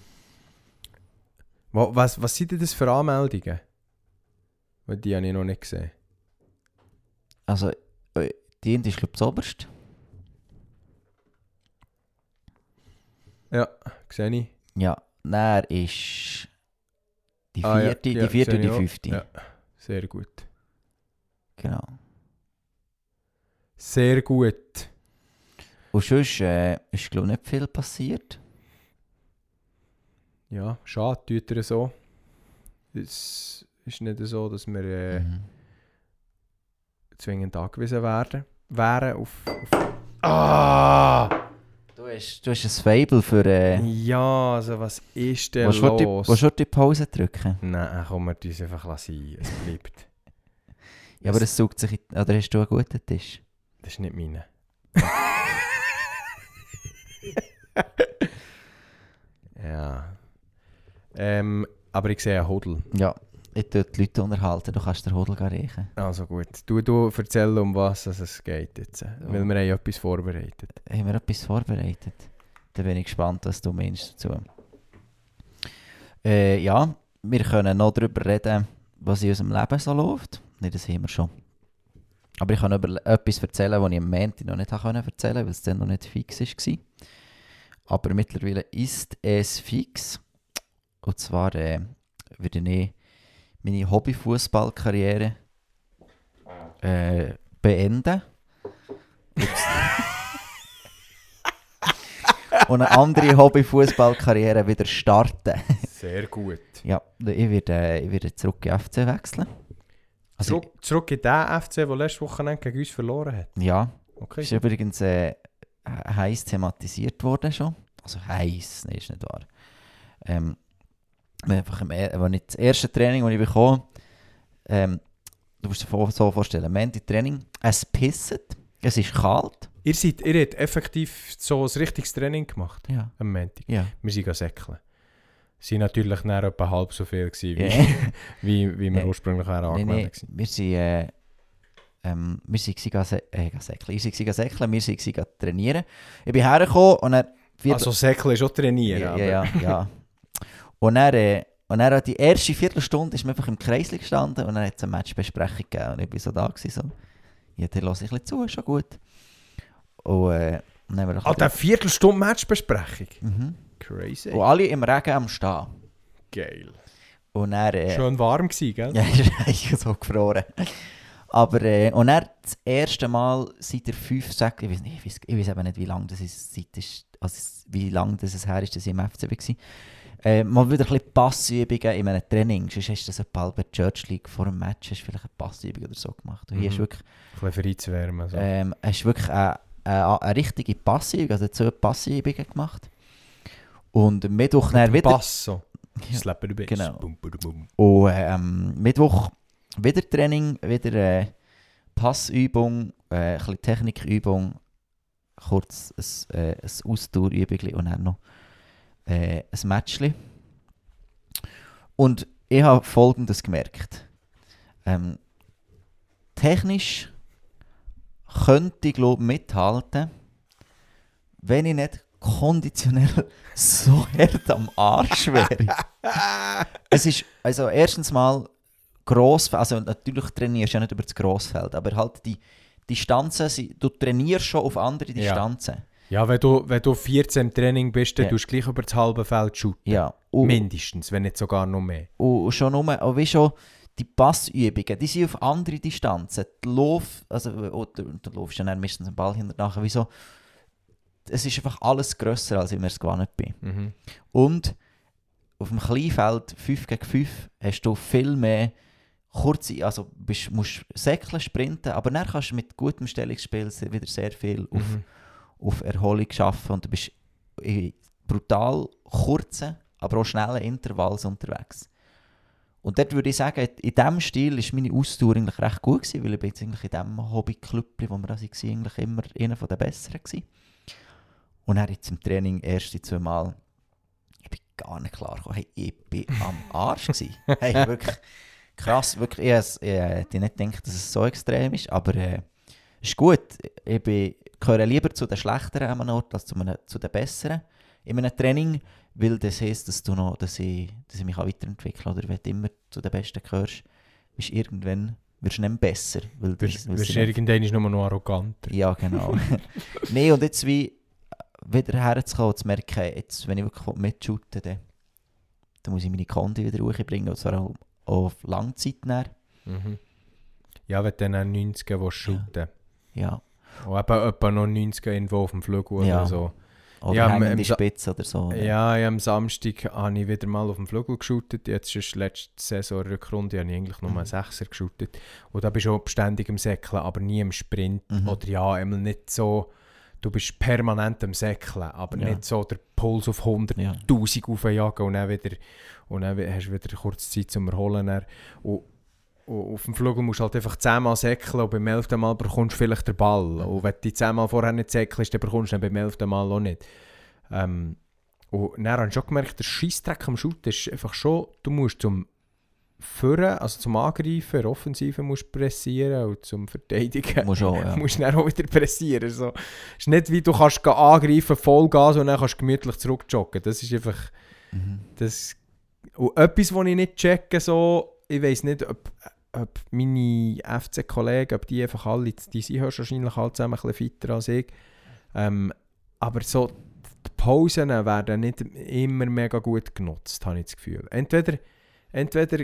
Was sind denn das für Anmeldungen? Weil die habe ich noch nicht gesehen. Also, die ist, glaube ich, das oberste. Ja, sehe ich. Ja, dann ist die Ah, ja, vierte, ja, die vierte sehe und die ich auch. 5. Ja, sehr gut. Genau. Sehr gut. Und sonst ist, glaube ich, nicht viel passiert. Ja, schade, tut er so. Es ist nicht so, dass wir zwingend angewiesen wären auf... Ah! Du hast ein Faible für... Ja, also was ist denn Willst los? du die Pause drücken? Nein, komm, wir uns einfach sein. Es bleibt. Ja, aber es saugt sich... Oder hast du einen guten Tisch? Das ist nicht meine. Ja. Aber ich sehe einen Hodl. Ja, ich tue die Leute unterhalten. Du kannst den Hodel riechen. Also gut. Du erzähl, um was es geht jetzt. Weil wir haben etwas vorbereitet. Haben wir etwas vorbereitet? Dann bin ich gespannt, was du meinst dazu. Ja, wir können noch darüber reden, was in unserem Leben so läuft. Nicht, das haben wir schon. Aber ich kann über etwas erzählen, was ich am Montag noch nicht erzählen konnte, weil es dann noch nicht fix war. Aber mittlerweile ist es fix. Und zwar werde ich meine Hobby-Fußballkarriere beenden. Und eine andere Hobby-Fußballkarriere wieder starten. Sehr gut. Ja, ich werde zurück in den FC wechseln. Also, Zurück in den FC, der letzte Wochenende gegen uns verloren hat. ja, Okay. ist übrigens heiß thematisiert worden schon. Also heiß, nein, ist nicht wahr. Einfach wenn ich das erste Training, das ich bekomme, du musst dir so vorstellen, Montag Training, es pisst, es ist kalt. Ihr habt effektiv so ein richtiges Training gemacht Ja. am Montag. Ja. Wir sind säckeln. Sie waren natürlich näher etwa halb so viel gewesen, Ja. wie wir ursprünglich angemeldet waren. Wir sind säckeln, wir sind trainieren. Ich bin hergekommen und dann... Also säckeln ist auch trainieren. Ja. Und dann die erste Viertelstunde ist man einfach im Kreis gestanden und dann hat es eine Matchbesprechung gegeben. Und ich war so da gewesen, so, ja, der hört ich ein bisschen zu, ist schon gut. Und dann haben wir Eine Viertelstunde Matchbesprechung? Mhm. Crazy. Und alle im Regen am Stehen. Geil. Und dann... Schön warm gewesen, gell? Ja, ist eigentlich so gefroren. Aber, und dann das erste Mal seit der 5, 6, ich weiß eben nicht, wie lange das ist, wie lange das her ist, dass ich im FC war. Mal wieder ein bisschen Passübungen in einem Training. Sonst hast du das etwa bei der Church League vor dem Match, hast du vielleicht eine Passübung oder so gemacht. Und hier hast du wirklich... Ein bisschen reinzuwärmen. So. Hast du wirklich eine richtige Passübung, also 2 Passübungen gemacht. Und am Mittwoch dann wieder... Pass so. Slap the bass. Genau. Bum, bum, bum. Und Mittwoch wieder Training, wieder Passübung, ein bisschen Technikübung, kurz ein Ausdauerübung und dann noch ein Matchli. Und ich habe Folgendes gemerkt. Technisch könnte ich, glaube ich, mithalten, wenn ich nicht konditionell so hart am Arsch wäre. Es ist, also erstens mal also natürlich trainierst du ja nicht über das Grossfeld, aber halt die Distanzen, du trainierst schon auf andere Distanzen. Ja, wenn du 14 im Training bist, dann tust du gleich über das halbe Feld shooten. Ja. Mindestens, wenn nicht sogar noch mehr. Und schon nur, wie schon die Passübungen, die sind auf andere Distanzen. Die Lauf, also du laufst ja dann meistens den Ball hinterher, wieso? Es ist einfach alles grösser, als ich mir es gewohnt bin. Mhm. Und auf dem Kleinfeld 5 gegen 5 hast du viel mehr kurze, also musst säckeln, sprinten, aber dann kannst du mit gutem Stellungsspiel wieder sehr viel auf Erholung arbeiten und du bist in brutal kurzen, aber auch schnellen Intervalls unterwegs. Und dort würde ich sagen, in diesem Stil war meine Ausdauer eigentlich recht gut gewesen, weil ich bin jetzt eigentlich in diesem Hobbyclub, wo wir waren, eigentlich immer einer der Besseren gewesen. Und dann jetzt im Training erste 2 Mal, ich bin gar nicht klar gekommen, hey, ich bin am Arsch gewesen. Hey, wirklich krass, wirklich, ich hätte nicht gedacht, dass es so extrem ist, aber ist gut. Ich gehöre lieber zu den Schlechteren an einem Ort als zu den Besseren in einem Training, weil das heisst, dass ich mich weiterentwickeln kann. Oder wenn du immer zu den Besten gehörst, wirst du irgendwann nicht mehr besser. Wirst irgendwann nur noch arroganter. Ja, genau. Nein, und jetzt wie wieder herzukommen und zu merken, jetzt, wenn ich wirklich mitshooten will, dann muss ich meine Kondi wieder hochbringen, und zwar auch auf Langzeit näher. Mhm. Ja, wenn du dann 90 willst shooten. Ja. Und etwa noch 90 irgendwo auf dem Flügel Ja. oder so. Oder Ja, hängende Spitze oder so. Oder? Ja, am Samstag habe ich wieder mal auf dem Flügel geshootet. Jetzt ist letzte Saison Rückrunde, habe ich eigentlich nur einen 6er geshootet. Und da bist du auch beständig im Säckeln, aber nie im Sprint. Oder ja, einmal nicht so, du bist permanent am Säckeln, aber nicht so der Puls auf 100'000 aufjagen und dann hast du wieder kurz Zeit zum Erholen. Und auf dem Flügel musst du halt einfach 10-mal säckeln und beim 11. Mal bekommst du vielleicht den Ball. Und wenn du die 10 Mal vorher nicht säckelst, dann bekommst du ihn beim 11. Mal auch nicht. Und dann habe ich schon gemerkt, der Scheissdreck am Shooten ist einfach schon, du musst zum Führen, also zum Angreifen, Offensiven musst pressieren und zum Verteidigen musst du dann auch wieder pressieren. So. Es ist nicht wie du kannst angreifen, Vollgas und dann kannst du gemütlich zurückjoggen. Das ist einfach... Das, und etwas, was ich nicht checke, so, ich weiss nicht, ob meine FC-Kollegen, ob die einfach alle, die sind wahrscheinlich alle zusammen ein bisschen fitter als ich. Aber so, die Pausen werden nicht immer mega gut genutzt, habe ich das Gefühl. Entweder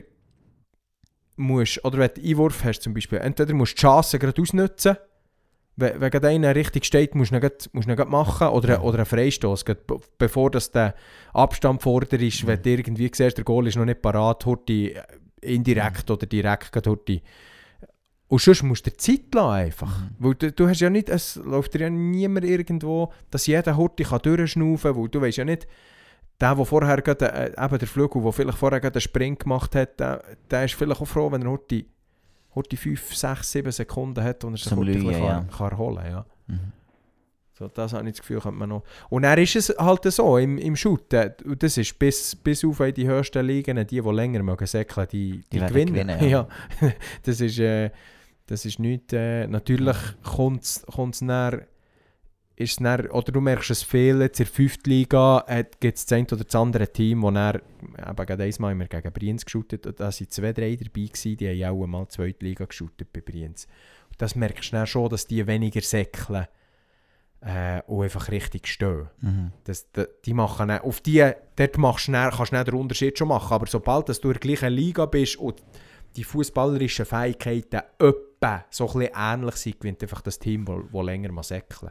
musst, oder wenn du einen Einwurf hast zum Beispiel, entweder musst du die Chance gerade ausnutzen, wenn gerade einer richtig steht, musst du ihn gerade machen, oder einen Freistoß, bevor das der Abstand vorder ist, wenn du irgendwie siehst, der Goal ist noch nicht parat, Horti indirekt oder direkt Horti. Und sonst musst du dir Zeit lassen einfach. Weil du hast ja nicht, es läuft dir ja niemand irgendwo, dass jeder Horti durchschnaufen kann, weil du weißt ja nicht, der vorher gerade, eben der Flügel, der vielleicht vorher gerade einen Sprint gemacht hat, der ist vielleicht auch froh, wenn er Horti 5, 6, 7 Sekunden hat und er sich kann erholen kann. Ja. So, das habe ich das Gefühl, könnte man noch. Und dann ist es halt so, im Shooten, das ist bis auf in die höchsten Ligen, die länger mögen säckeln, die gewinnen. Ja. Das ist nichts, natürlich kommt es näher, oder du merkst es viel, jetzt in der 5. Liga gibt es das eine oder das andere Team, das dann, eben gerade einmal immer gegen Brienz geshootet, und da waren 2, 3 dabei gewesen, die haben auch mal 2. Liga geshootet bei Brienz. Und das merkst du dann schon, dass die weniger säckeln und einfach richtig stehen. Die machen dann, auf die, dort kannst du dann den Unterschied schon machen, aber sobald dass du in der gleichen Liga bist und die fußballerischen Fähigkeiten etwa so ein bisschen ähnlich sind, gewinnt einfach das Team, das länger mal säckeln.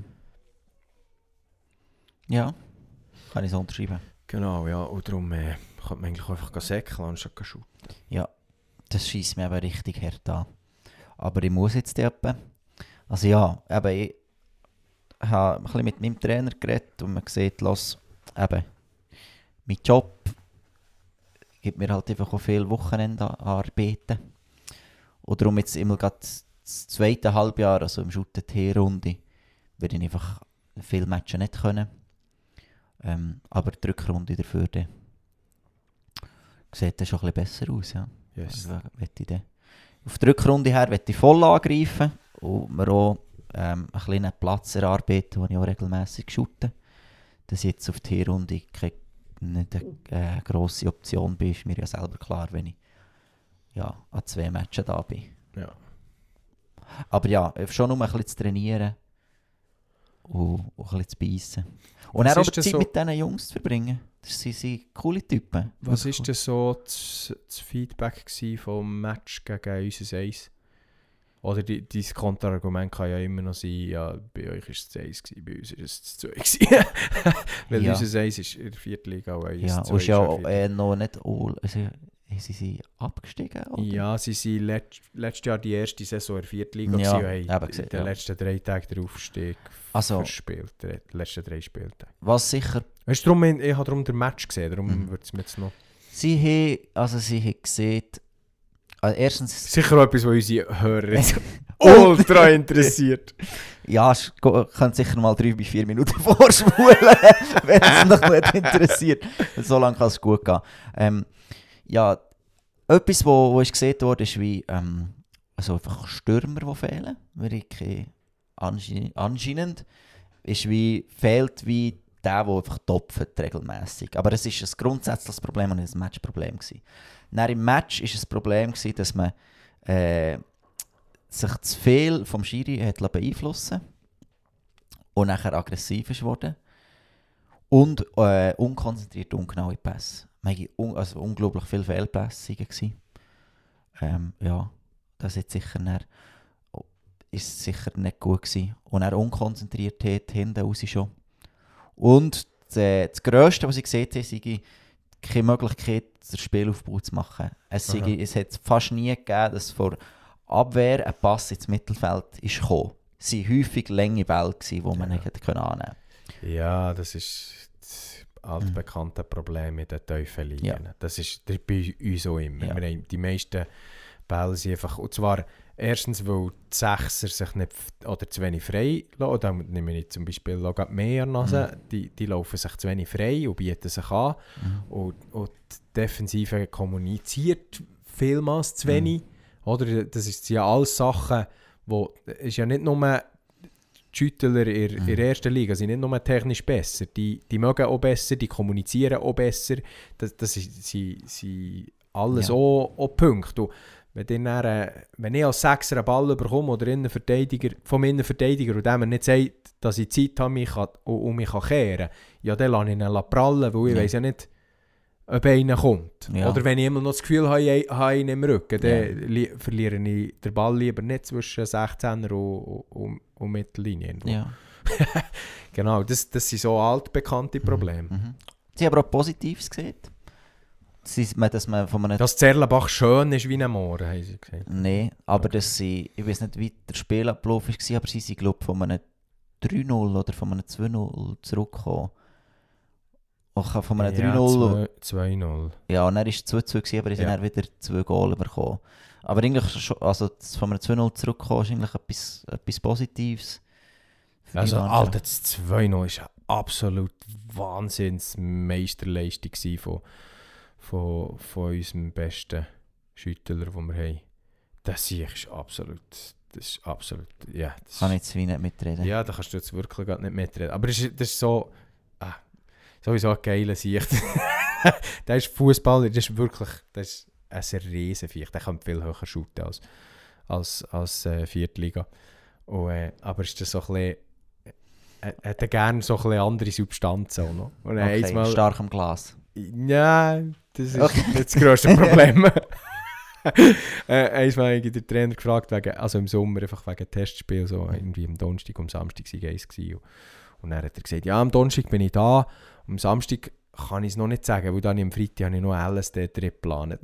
Ja, kann ich so unterschreiben. Genau, ja, und darum kann man eigentlich einfach säckeln anstatt shooten. Ja, das scheisst mir aber richtig hart an. Aber ich muss jetzt etwa. Also ja, eben, ich habe ein bisschen mit meinem Trainer geredet und man sieht, eben, mein Job gibt mir halt einfach auch viele Wochenendarbeiten. Und darum jetzt immer gerade das zweite Halbjahr, also im Shooten T-Runde, werde ich einfach viele Matches nicht können. Aber die Rückrunde dafür sieht dann schon ein bisschen besser aus. Ja. Yes. Also, auf die Rückrunde her möchte ich voll angreifen und mir auch einen kleinen Platz erarbeiten, den ich auch regelmässig shoote. Dass ich jetzt auf die Runde nicht eine grosse Option bin, ist mir ja selber klar, wenn ich an 2 Matches da bin. Ja. Aber ja, schon um ein bisschen zu trainieren und ein bisschen zu beißen. Und dann auch Zeit mit diesen Jungs zu verbringen. Das sind coole Typen. Was war denn so das Feedback vom Match gegen unser Eis? Oder dein Konterargument kann ja immer noch sein, ja, bei euch war es das 1, bei uns war es das 2 gewesen. Weil unser Eis ist in der 4. Liga auch 1. Ja, und ist ja auch noch nicht sie sind abgestiegen? Oder? Ja, sie sind letztes Jahr die erste Saison in der 4. Liga ja, und haben in den letzten 3 Tagen den Aufstieg verspielt. Die letzten 3 Spieltage. Was sicher... Weißt du, ich habe darum den Match gesehen, darum würde es mir jetzt noch... Sie haben gesehen... Also erstens... Sicher etwas, was unsere Hörer ultra interessiert. Ja, es könnte sicher mal 3 bis 4 Minuten vorspulen, wenn es noch nicht interessiert. So lange kann es gut gehen. Ja, etwas, wo ist gesehen wurde, ist wie also einfach Stürmer, die fehlen. Wirklich anscheinend ist wie, fehlt wie der einfach topft regelmässig. Aber es ist ein grundsätzliches Problem und nicht ein Matchproblem gewesen. Dann im Match war es ein Problem gewesen, dass man sich zu viel vom Schiri hat beeinflussen. und nachher aggressiv ist worden. Und unkonzentriert, ungenaue Pässe. Also unglaublich viele Fehlpässe gewesen. Ja, das ist sicher nicht gut gewesen. Und er unkonzentriert hat, hinten raus schon. Und das Grösste, was ich gesehen habe, sei keine Möglichkeit, den Spielaufbau zu machen. Es hat fast nie gegeben, dass vor Abwehr ein Pass ins Mittelfeld ist gekommen. Es waren häufig lange Bälle, die man nicht annehmen konnte. Ja, das ist das altbekannte Problem mit den tiefen Linien. Ja. Das ist bei uns auch immer. Ja. Wir haben die meisten Bälle sind einfach, und zwar erstens, weil die Sechser sich nicht oder zu wenig frei lassen. Da nehme ich zum Beispiel mehr an die Nase. Die laufen sich zu wenig frei und bieten sich an. Und die Defensive kommuniziert vielmals zu wenig. Oder? Das sind ja alles Sachen, wo ist ja nicht nur die Schüttler in der ersten Liga sind nicht nur technisch besser. Die mögen auch besser, die kommunizieren auch besser. Das sind alles auch Punkte. Und wenn ich als Sechser einen Ball bekomme oder vom Innenverteidiger und dem nicht sagt, dass ich Zeit habe, mich kehren kann, ja, dann lasse ich ihn prallen, weil ich weiss ja nicht, ob einer kommt. Ja. Oder wenn ich immer noch das Gefühl habe, ich habe ihn im Rücken, dann verliere ich den Ball lieber nicht zwischen 16er und Mittellinie. Ja. Genau, das sind so altbekannte Probleme. Sie haben aber auch Positives gesehen. Dass Zerlenbach schön ist wie ein Moor, haben sie gesagt. Nein, aber dass sie, ich weiß nicht, wie der Spielablauf war, aber sie sind, glaube ich, von einem 3-0 oder von einem 2-0 zurückgekommen. Von einem 3-0. 2-0. Ja, und dann war es 2-2, aber sie sind dann wieder 2 Goal bekommen. Aber eigentlich schon, also von einem 2-0 zurückgekommen ist eigentlich etwas Positives. Also, Alter, das 2-0 war eine absolut Wahnsinns-Meisterleistung von unserem besten Schüttler, den wir haben. Das ist absolut, ja. Kann ich jetzt wie nicht mitreden. Ja, da kannst du jetzt wirklich gar nicht mitreden. Aber das ist so, sowieso ein geiler Sicht. Der ist Fußballer, das ist ein Riesenviech. Der kann viel höher shooten als Viertliga. Aber ist das so ein bisschen, hätte gerne so ein bisschen andere Substanzen auch noch. Und Okay, stark am Glas. Ja, das ist nicht das grösste Problem. Einmal habe ich den Trainer gefragt, also im Sommer einfach wegen Testspiel, so irgendwie am Donnerstag, am Samstag war eins. Und dann hat er gesagt, ja, am Donnerstag bin ich da, am Samstag kann ich es noch nicht sagen, weil dann am Freitag habe ich noch einen LSD-Trip geplant.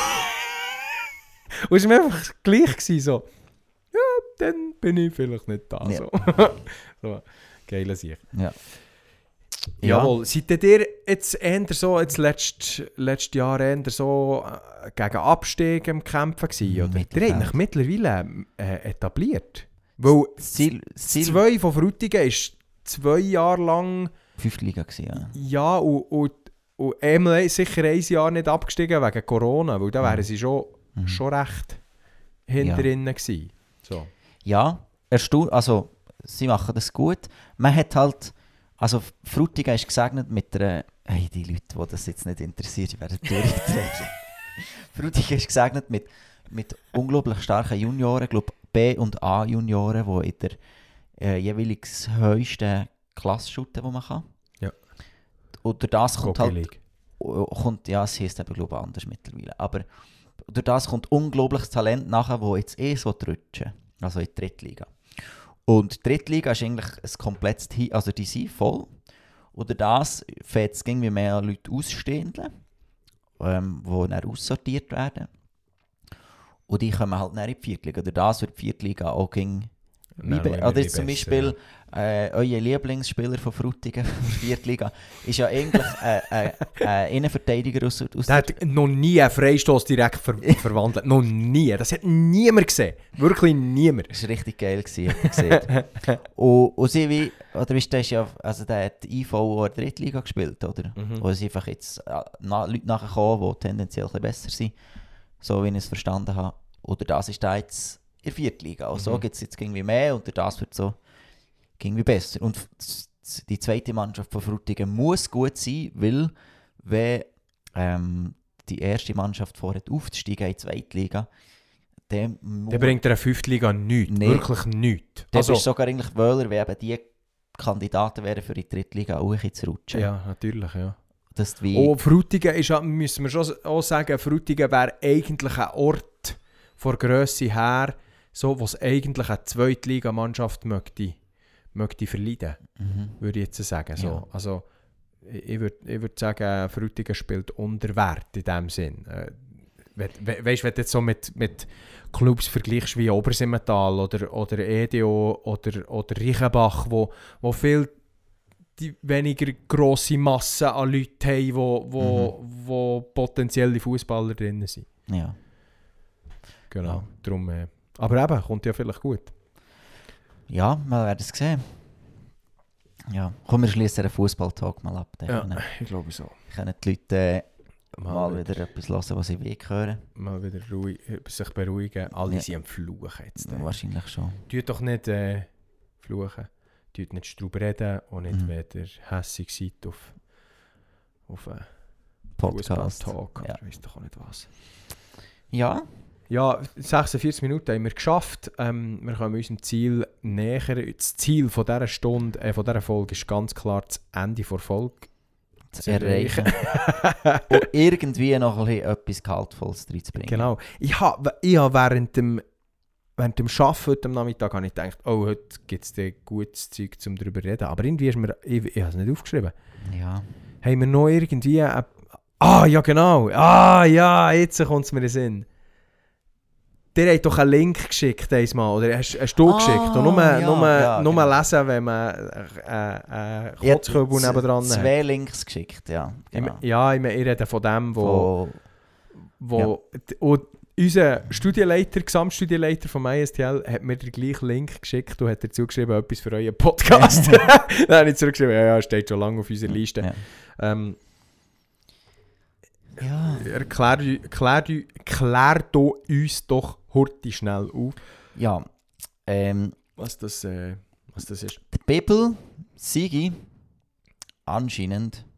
Und es war mir einfach gleich gewesen, so, ja, dann bin ich vielleicht nicht da. Ja. So, geile Sicht. Ja. Jawohl, seid ihr jetzt eher so, letztes Jahr eher so gegen Abstieg am Kämpfen gewesen? Oder ihr habt euch mittlerweile etabliert? Weil Ziel 2 von Frutigen ist 2 Jahre lang... 5. Liga gewesen, ja. Ja, und einmal sicher 1 Jahr nicht abgestiegen wegen Corona, weil da wären sie schon recht hinterinnen gewesen. So. Ja, also sie machen das gut. Man hat halt... Also Frutigen ist gesegnet mit einer... Hey, die Leute, die das jetzt nicht interessiert, werden durchdrehen. Frutigen ist gesegnet mit unglaublich starken Junioren, ich glaube B- und A-Junioren, die in der jeweils höchsten Klasse shooten, die man kann. Ja. Und durch das kommt Hockey halt... Ja, es heisst eben, glaube ich, anders mittlerweile. Aber durch das kommt unglaubliches Talent nachher, das jetzt so rutschen. Also in die Drittliga. Und die Drittliga ist eigentlich ein komplettes Team, also die sind voll. Und durch das fängt es irgendwie mehr Leute ausstehende, die dann aussortiert werden. Und die kommen halt nicht in die Viertliga. Durch das wird die Viertliga auch oder jetzt zum Beispiel euer Lieblingsspieler von Frutigen, Viertliga, ist ja eigentlich ein Innenverteidiger aus der hat noch nie einen Freistoß direkt verwandelt. Noch nie. Das hat niemand gesehen. Wirklich niemand. Das war richtig geil, habt ihr gesehen. und sie wie, oder weißt du, ja, also der hat IV auch in der Drittliga gespielt, oder? Wo es einfach jetzt Leute nachgekommen, die tendenziell ein bisschen besser sind, so wie ich es verstanden habe. Oder das ist da jetzt in der Viertliga. Also so gibt es jetzt irgendwie mehr und das wird so irgendwie besser. Und die zweite Mannschaft von Frutigen muss gut sein, weil wenn die erste Mannschaft vorhat aufzusteigen in die Zweitliga, der bringt der Fünftliga nichts. Nee. Wirklich nichts. Das ist sogar eigentlich wöhler, wenn eben die Kandidaten wären für die dritte Liga auch zu rutschen. Ja, natürlich, ja. Das wie Frutigen ist, müssen wir schon auch sagen, Frutigen wäre eigentlich ein Ort von Grösse her, so, was eigentlich eine Zweitligamannschaft möchte verleiden, würde ich jetzt sagen. So. Ja. Also, ich würd sagen, Frutigen spielt unter Wert in dem Sinn. Weißt du, wenn du jetzt so mit Clubs vergleichst wie Obersimmental oder EDO oder Reichenbach, wo viel die weniger grosse Masse an Leuten haben, wo potenzielle Fußballer drin sind. Ja. Genau. Ja. Darum, aber eben, kommt ja vielleicht gut. Ja, wir werden es sehen. Ja. Komm, wir schließen den Fußball-Talk mal ab. Dann Ich glaube so. können die Leute mal wieder etwas hören, was sie hören. Mal wieder sich beruhigen. Alle Ja. sind am Fluchen jetzt. Wahrscheinlich schon. Tut doch nicht fluchen. Tut nicht drüber reden und nicht wieder hässig seid auf einen Podcast. Fußball-Talk. Ja. Ich weiss doch auch nicht was. Ja. Ja, 46 Minuten haben wir geschafft. Wir kommen unserem Ziel näher. Das Ziel von dieser Stunde, von dieser Folge ist ganz klar das Ende der Folge Zu erreichen. Und irgendwie noch ein bisschen etwas Gehaltvolles reinzubringen. Genau. Ich habe während dem Arbeiten heute am Nachmittag habe ich gedacht, oh, heute gibt es gutes Zeug, um darüber zu reden. Aber irgendwie ist mir, ich habe es nicht aufgeschrieben. Ja. Haben wir noch irgendwie... ja genau. Ja, jetzt kommt es mir in den Sinn. Der hat doch einen Link geschickt einmal, oder hast du geschickt? Und nur lesen, wenn man Kotzkübel nebendran hat. 2 Links geschickt, ja. Genau. Ich rede von dem, wo und unser Gesamtstudienleiter vom ISTL hat mir den gleichen Link geschickt und hat dazu geschrieben, etwas für euren Podcast. Dann habe ich zurückgeschrieben, ja, steht schon lange auf unserer Liste. Ja. Klär uns doch heute schnell auf. Ja. Was das ist. Die Bibel sei anscheinend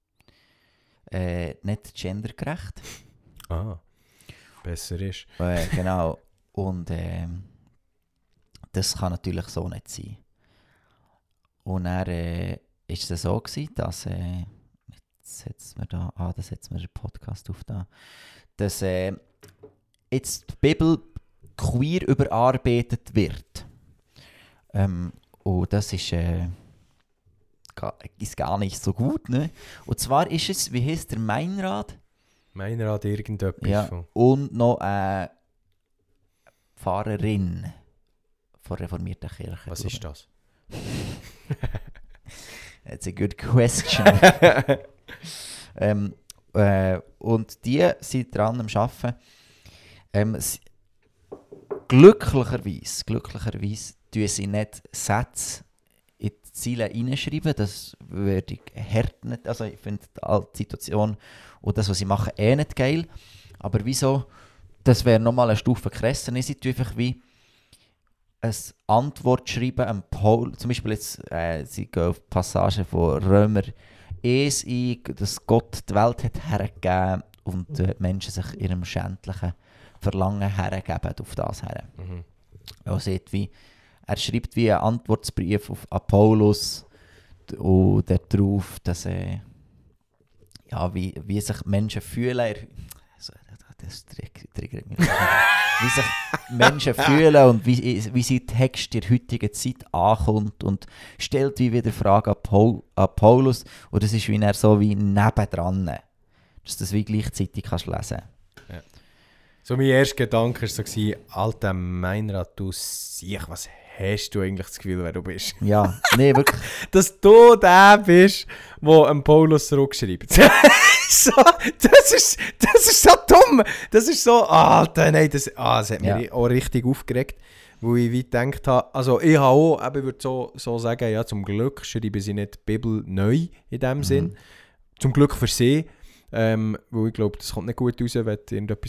nicht gendergerecht. Besser ist. Genau. Und das kann natürlich so nicht sein. Und dann ist es so gewesen, dass setzen wir den Podcast auf da, dass jetzt die Bibel queer überarbeitet wird. Und das ist gar nicht so gut, ne? Und zwar ist es, wie heisst der Meinrad? Meinrad irgendetwas. Ja, und noch eine Pfarrerin von reformierter Kirche. Was ist das? That's a good question. Und die sind dran am Arbeiten. Glücklicherweise tun sie nicht Sätze in die Ziele reinschreiben. Das würde ich hart nicht. Also ich finde die Situation und das, was sie machen, nicht geil. Aber wieso? Das wäre nochmal eine Stufe krasser. Sie tun einfach wie eine Antwort schreiben an Paul. Zum Beispiel jetzt, sie gehen auf Passagen von Römer 1 ein, dass Gott die Welt hat hergegeben und die Menschen sich ihrem schändlichen Verlangen hergeben auf das her. Er schreibt wie einen Antwortbrief auf Apollos und darauf, dass wie sich Menschen fühlen. Das triggert mich. Wie sich Menschen fühlen und wie sie Text in der heutigen Zeit ankommt und stellt wie wieder Fragen an Paulus. Und das ist wie er so wie nebendran, dass du das wie gleichzeitig kannst lesen. Ja. So mein erster Gedanke war so, alter Meinrad, du siehst, was hast du eigentlich das Gefühl, wer du bist? Ja, nee, wirklich. Dass du der bist, der Paulus zurückschreibt. So, das ist so dumm. Das ist so, Alter, nein, das hat mich auch richtig aufgeregt, wo ich wie gedacht habe, also ich habe auch, ich würde so sagen, ja, zum Glück schreiben sie nicht die Bibel neu in dem Sinn. Zum Glück für sie, weil ich glaube, das kommt nicht gut raus, wenn du irgendetwas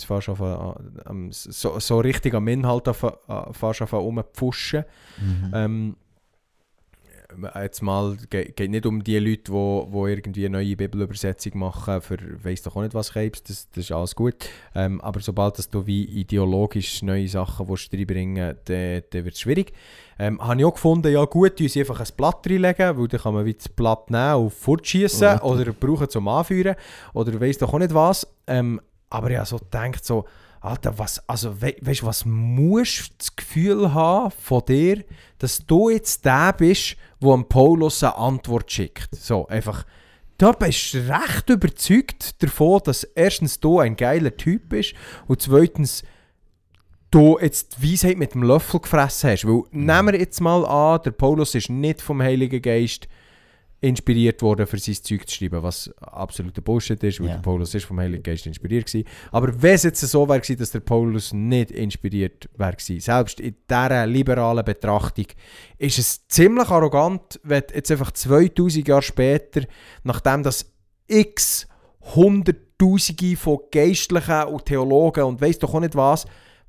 so richtig am Inhalt rumzupfuschen. jetzt mal, geht nicht um die Leute, die irgendwie eine neue Bibelübersetzung machen für weiss doch auch nicht was Krebs, das ist alles gut. Aber sobald dass du wie ideologisch neue Sachen reinbringen willst, dann wird es schwierig. Habe ich auch gefunden, ja gut, sie einfach ein Blatt reinlegen, weil dann kann man wie das Blatt nehmen und fortschießen oder brauchen zum Anführen oder weiss doch auch nicht was. Aber ich habe so gedacht, so, Alter, weißt du, was musst du das Gefühl haben von dir, dass du jetzt der bist, der an Paulus eine Antwort schickt? So, einfach, du bist recht überzeugt davon, dass erstens du ein geiler Typ bist und zweitens du jetzt die Weisheit mit dem Löffel gefressen hast. Weil, nehmen wir jetzt mal an, der Paulus ist nicht vom Heiligen Geist inspiriert worden, für sein Zeug zu schreiben, was absoluter Bullshit ist, weil der Paulus ist vom Heiligen Geist inspiriert gewesen. Aber wenn es jetzt so wäre, dass der Paulus nicht inspiriert wäre gewesen, selbst in dieser liberalen Betrachtung, ist es ziemlich arrogant, wenn jetzt einfach 2000 Jahre später, nachdem das x Hunderttausende von Geistlichen und Theologen und weiss doch auch nicht was,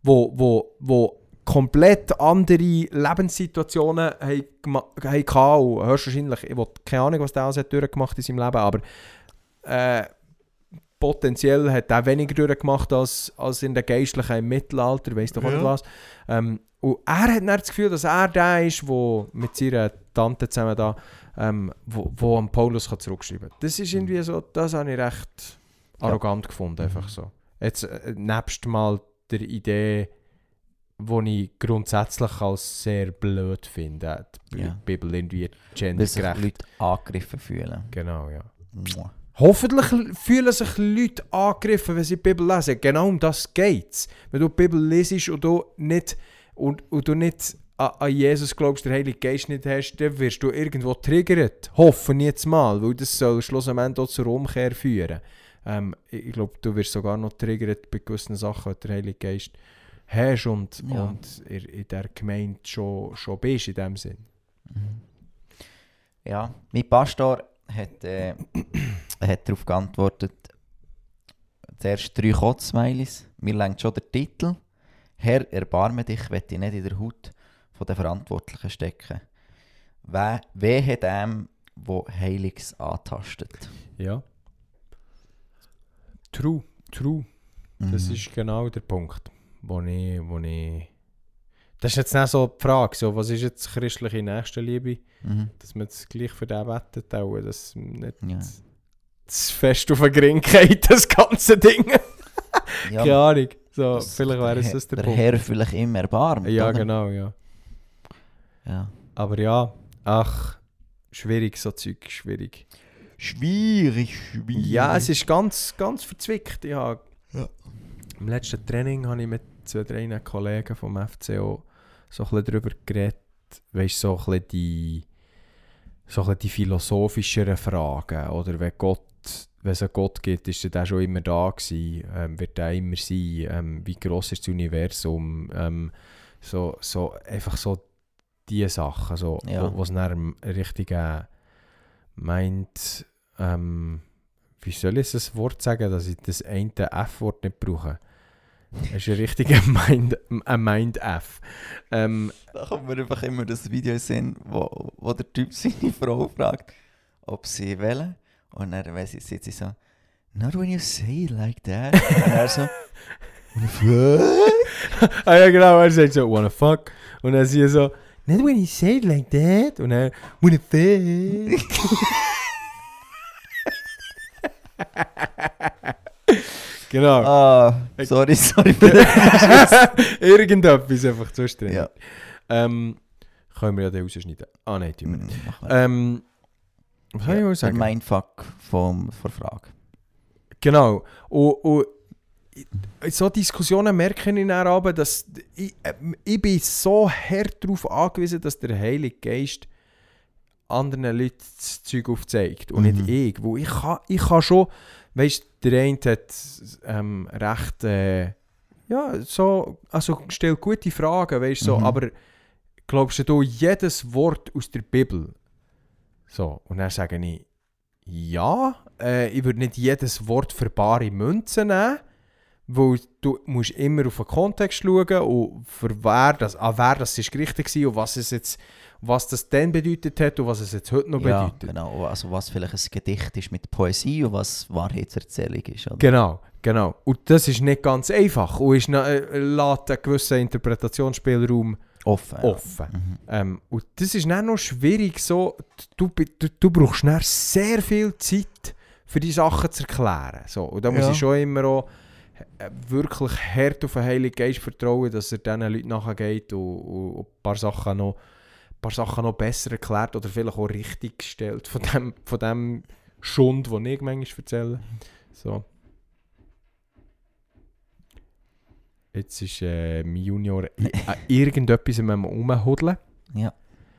wo komplett andere Lebenssituationen hatten und höchstwahrscheinlich, ich will keine Ahnung, was der alles durchgemacht hat in seinem Leben, aber potenziell hat er weniger durchgemacht als in der Geistlichen im Mittelalter, weiss doch auch nicht was. Und er hat dann das Gefühl, dass er der ist, der mit seiner Tante zusammen da, wo an Paulus zurückschreiben kann. Das ist irgendwie so, das habe ich recht arrogant gefunden, einfach so. Jetzt nebst mal der Idee, die ich grundsätzlich als sehr blöd finde, die Bibel irgendwie gendergerecht. Weil sich Leute angegriffen fühlen. Genau, ja. Hoffentlich fühlen sich Leute angegriffen, wenn sie die Bibel lesen. Genau um das geht es. Wenn du die Bibel lesest und du nicht, und du nicht an Jesus glaubst, der Heilige Geist nicht hast, dann wirst du irgendwo triggert. Hoffen jetzt mal, weil das soll schlussendlich auch zur Umkehr führen. Ich glaube, du wirst sogar noch triggert bei gewissen Sachen, die der Heilige Geist hast und in der Gemeinde schon bist in dem Sinn. Ja, mein Pastor hat darauf geantwortet, zuerst 3 Kotzsmileys, mir lenkt schon der Titel, Herr, erbarme dich, will ich nicht in der Haut von den Verantwortlichen stecken. Wehe dem, der Heiliges antastet. Ja. True. Das ist genau der Punkt. Wo ich das ist jetzt nicht so die Frage, so, was ist jetzt christliche Nächstenliebe? Dass man das gleich für den wettet, auch, dass nicht das fest auf den Gring geht, das ganze Ding. Keine Ahnung. So, vielleicht wäre es das der Punkt. Der Herr vielleicht immer erbarmt. Ja, oder? genau, ja. Aber ja, schwierig, so Zeug, schwierig. Schwierig. Ja, es ist ganz, ganz verzwickt. Im letzten Training habe ich mit 2-3 Kollegen vom FCO so ein bisschen darüber geredet, weißt, so ein bisschen die philosophischeren Fragen. Oder wenn es einen Gott gibt, ist der schon immer da gewesen, wird er immer sein, wie gross ist das Universum, einfach so diese Sachen, so, wo es dann richtig meint, wie soll ich das Wort sagen, dass ich das eine F-Wort nicht brauche? Das ist ein richtiger Mind-F. Da kommt mir einfach immer das Video sehen, wo der Typ seine Frau fragt, ob sie will. Und dann sieht sie so, not when you say it like that. Und er so, wanna fuck? Ja genau, er sagt so, wanna fuck? Und dann sie so, not when you say it like that. Und dann, wanna fuck? Genau. Sorry. Irgendetwas einfach zuständig. Ja. Können wir ja den rausschneiden. Nein, tun wir nicht. Was soll ich mal sagen? Der Mindfuck von der Frage. Genau. Und in so Diskussionen merke ich dann aber, dass ich bin so hart darauf angewiesen, dass der Heilige Geist anderen Leuten das Zeug aufzeigt und nicht ich. Wo ich kann schon, weißt du, der eine hat recht, stellt gute Fragen, weißt so, aber glaubst du jedes Wort aus der Bibel? So, und dann sage ich, ich würde nicht jedes Wort für bare Münze nehmen, weil du musst immer auf den Kontext schauen und für wer das ist gerichtet war und was das dann bedeutet hat und was es jetzt heute noch bedeutet. Genau. Also was vielleicht ein Gedicht ist mit Poesie und was Wahrheitserzählung ist. Oder? Genau. Und das ist nicht ganz einfach und lässt einen gewissen Interpretationsspielraum offen. Und das ist dann noch schwierig so, du brauchst dann sehr viel Zeit, für die Sachen zu erklären. So, und da muss ich schon immer auch wirklich hart auf den Heiligen Geist vertrauen, dass er diesen Leuten nachgeht und ein paar Sachen noch besser erklärt oder vielleicht auch richtig gestellt von dem Schund, den ich manchmal erzähle. So. Jetzt ist mein Junior irgendetwas rumhudeln. Ja.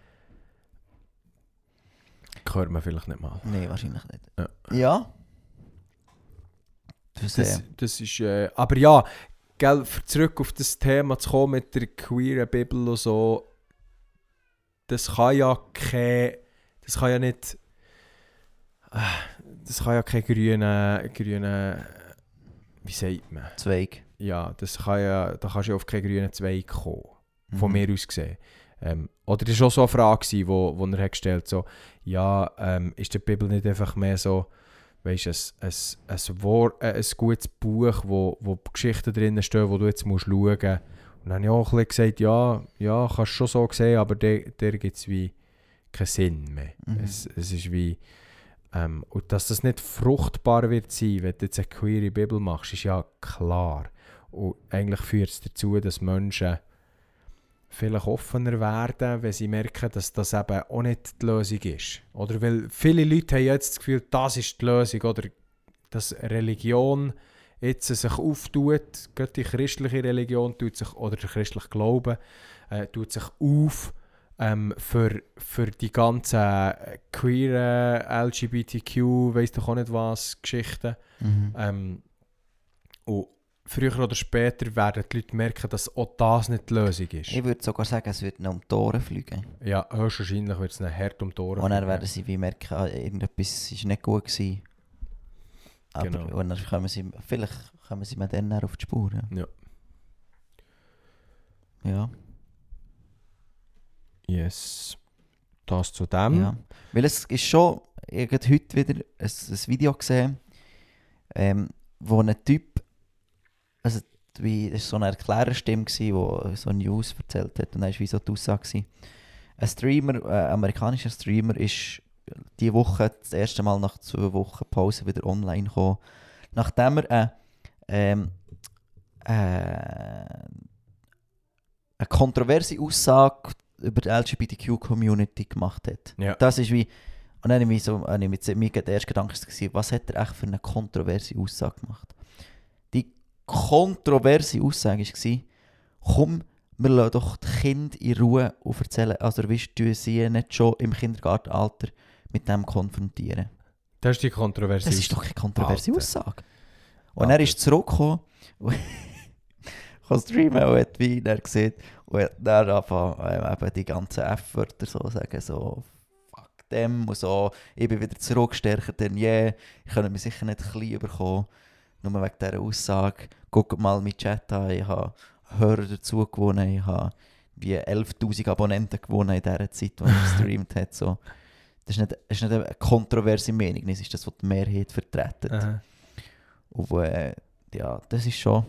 Hört man vielleicht nicht mal. Nein, wahrscheinlich nicht. Ja. Das ist... aber ja, gell, zurück auf das Thema zu kommen mit der queeren Bibel und so, das kann ja kein grüner, wie sagt man? Zweig. Ja, da kannst du ja auf keinen grünen Zweig kommen, von mir aus gesehen. Oder das war auch so eine Frage, die er hat gestellt hat, so, ist die Bibel nicht einfach mehr so, weißt, ein gutes Buch, wo Geschichten drin stehen, wo du jetzt musst schauen musst. Und dann habe ich auch ein bisschen gesagt, ja, kannst du schon so sehen, aber der gibt es wie keinen Sinn mehr. Es ist wie... und dass das nicht fruchtbar wird sein, wenn du jetzt eine queere Bibel machst, ist ja klar. Und eigentlich führt es dazu, dass Menschen vielleicht offener werden, wenn sie merken, dass das eben auch nicht die Lösung ist. Oder weil viele Leute haben jetzt das Gefühl, das ist die Lösung, oder dass Religion jetzt sich auftut, gerade die christliche Religion tut sich, oder der christliche Glaube tut sich auf für die ganzen queeren LGBTQ, weiss doch auch nicht was, Geschichten. Und früher oder später werden die Leute merken, dass auch das nicht die Lösung ist. Ich würde sogar sagen, es wird noch um die Ohren fliegen. Ja, höchstwahrscheinlich wird es hart um die Ohren fliegen. Und dann werden sie wie merken, irgendetwas war nicht gut gewesen. Aber genau. Und dann kommen sie mir dann auf die Spur. Ja. Yes. Das zu dem. Ja. Weil es ist schon, ich habe heute wieder ein Video gesehen, wo ein Typ, also wie, das war so eine Erklärerstimme, die so News erzählt hat, und dann war wie so die Aussage. Ein Streamer, ein amerikanischer Streamer, ist diese Woche das erste Mal nach 2 Wochen Pause wieder online gekommen, nachdem er eine kontroverse Aussage über die LGBTQ-Community gemacht hat. Ja. Das ist wie, und dann habe ich mir der erste Gedanke gewesen, was hat er echt für eine kontroverse Aussage gemacht? Die kontroverse Aussage war, komm, wir lassen doch die Kinder in Ruhe und erzählen, also weißt du, sie nicht schon im Kindergartenalter mit dem konfrontieren. Das ist die kontroverse Aussage. Das ist doch keine kontroverse Aussage. Und er ist zurückgekommen und kann streamen und hat wie er gesehen und hat dann angefangen, eben die ganzen F-Wörter so sagen, so fuck dem und so, ich bin wieder zurückstärker denn je, ich kann mich sicher nicht klein bekommen, nur wegen dieser Aussage. Guckt mal meinen Chat an, ich habe Hörer dazu gewonnen, ich habe wie 11'000 Abonnenten gewonnen in dieser Zeit, die er gestreamt hat. So. Das ist nicht eine kontroverse Meinung, das ist das, was die Mehrheit vertreten. Und ja, das ist schon...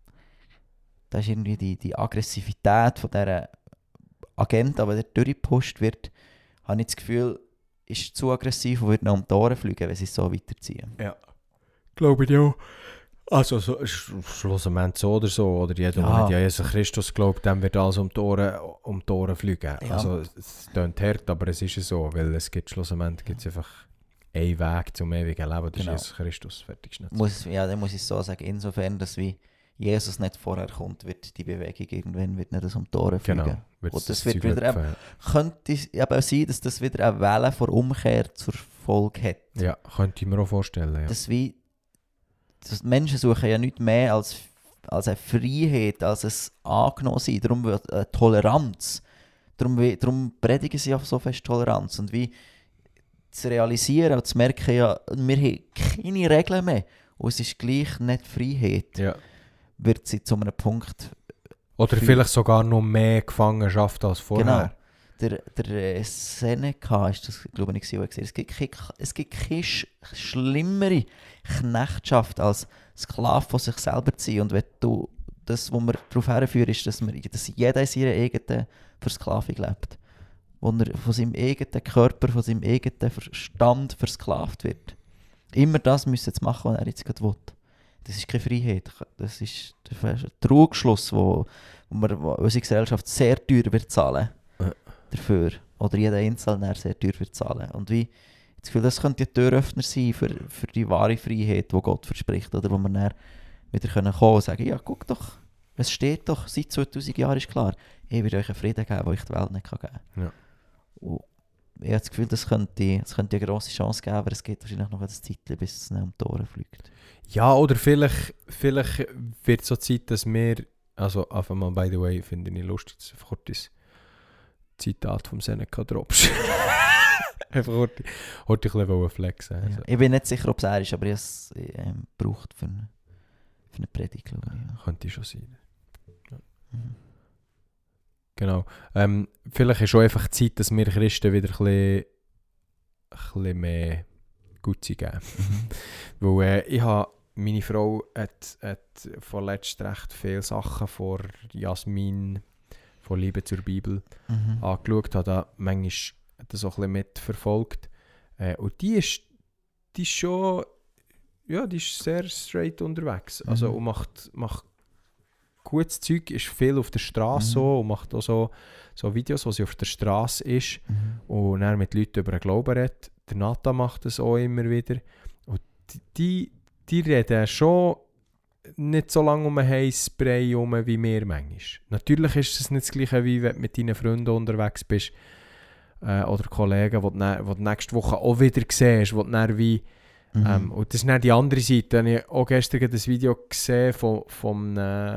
Das ist irgendwie die Aggressivität von dieser Agenda, die dort durchgepusht wird, habe ich das Gefühl, ist zu aggressiv und wird noch um die Ohren fliegen, wenn sie es so weiterziehen. Ja, glaube ich auch. Also schlussendlich so oder so, oder jeder, der nicht an Jesus Christus glaubt, dem wird alles um die Ohren fliegen. Ja. Also es klingt hart, aber es ist so, weil es gibt schlussendlich einfach einen Weg zum ewigen Leben, das ist Jesus Christus, fertig. Dann muss ich so sagen, insofern, dass wie Jesus nicht vorher kommt, wird die Bewegung irgendwann wird nicht um die Ohren fliegen. Genau. Und das wird wieder könnte eben sein, dass das wieder eine Welle vor Umkehr zur Folge hat. Ja, könnte ich mir auch vorstellen. Ja. Das Menschen suchen ja nichts mehr als eine Freiheit, als ein Angenommensein, darum Toleranz. Darum predigen sie auch so fest Toleranz. Und wie zu realisieren und zu merken, ja, wir haben keine Regeln mehr. Und es ist gleich nicht Freiheit. Ja. wird sie zu einem Punkt... Oder vielleicht sogar noch mehr Gefangenschaft als vorher. Genau. Der Seneca ist das, glaube ich, der gesagt hat, es gibt keine schlimmere Knechtschaft als Sklave von sich selber zu sein. Und wenn du das, was wir darauf herführen, ist, dass jeder in seiner eigenen Versklavung lebt. Wo er von seinem eigenen Körper, von seinem eigenen Verstand versklavt wird. Immer das müssen zu machen, was er jetzt gerade will. Das ist keine Freiheit. Das ist ein Trugschluss, wo unsere Gesellschaft sehr teuer wird zahlen dafür. Oder jeder Einzelne sehr teuer wird zahlen. Und wie das Gefühl, das könnte ein Türöffner sein für die wahre Freiheit, die Gott verspricht. Oder wo wir dann wieder kommen können und sagen, ja, guck doch, es steht doch, seit 2000 Jahren ist klar, ich werde euch einen Frieden geben, den ich die Welt nicht geben kann. Ja. Und ich habe das Gefühl, das könnte eine grosse Chance geben, aber es geht wahrscheinlich noch ein Zeitchen, bis es um die Ohren fliegt. Ja, oder vielleicht wird es so Zeit, dass wir, also einfach mal, by the way, finde ich lustig, dass du einfach das Zitat vom Seneca droppst. Einfach heute ein bisschen flexen. Also. Ja. Ich bin nicht sicher, ob es er ist, aber ich habe es gebraucht für eine Predigt, glaube ich. Ja. Könnte schon sein. Ja. Mhm. Genau. Vielleicht ist auch einfach Zeit, dass wir Christen wieder ein bisschen mehr Gutsein geben. Weil ich habe, meine Frau hat vorletzt recht viele Sachen von Jasmin von Liebe zur Bibel angeschaut, hat da manchmal das auch ein bisschen mitverfolgt. Und die ist schon, ja, die ist sehr straight unterwegs. Also und macht gutes Zeug, ist viel auf der Straße so und macht auch so Videos, wo sie auf der Straße ist und dann mit Leuten über den Glauben redet. Der Nata macht das auch immer wieder. Und die reden schon nicht so lange um ein heißes Brei herum wie wir manchmal. Natürlich ist es nicht das Gleiche, wie wenn du mit deinen Freunden unterwegs bist oder Kollegen, die du nächste Woche auch wieder siehst, wo du dann wie und das ist dann die andere Seite. Ich habe auch gestern ein Video gesehen vom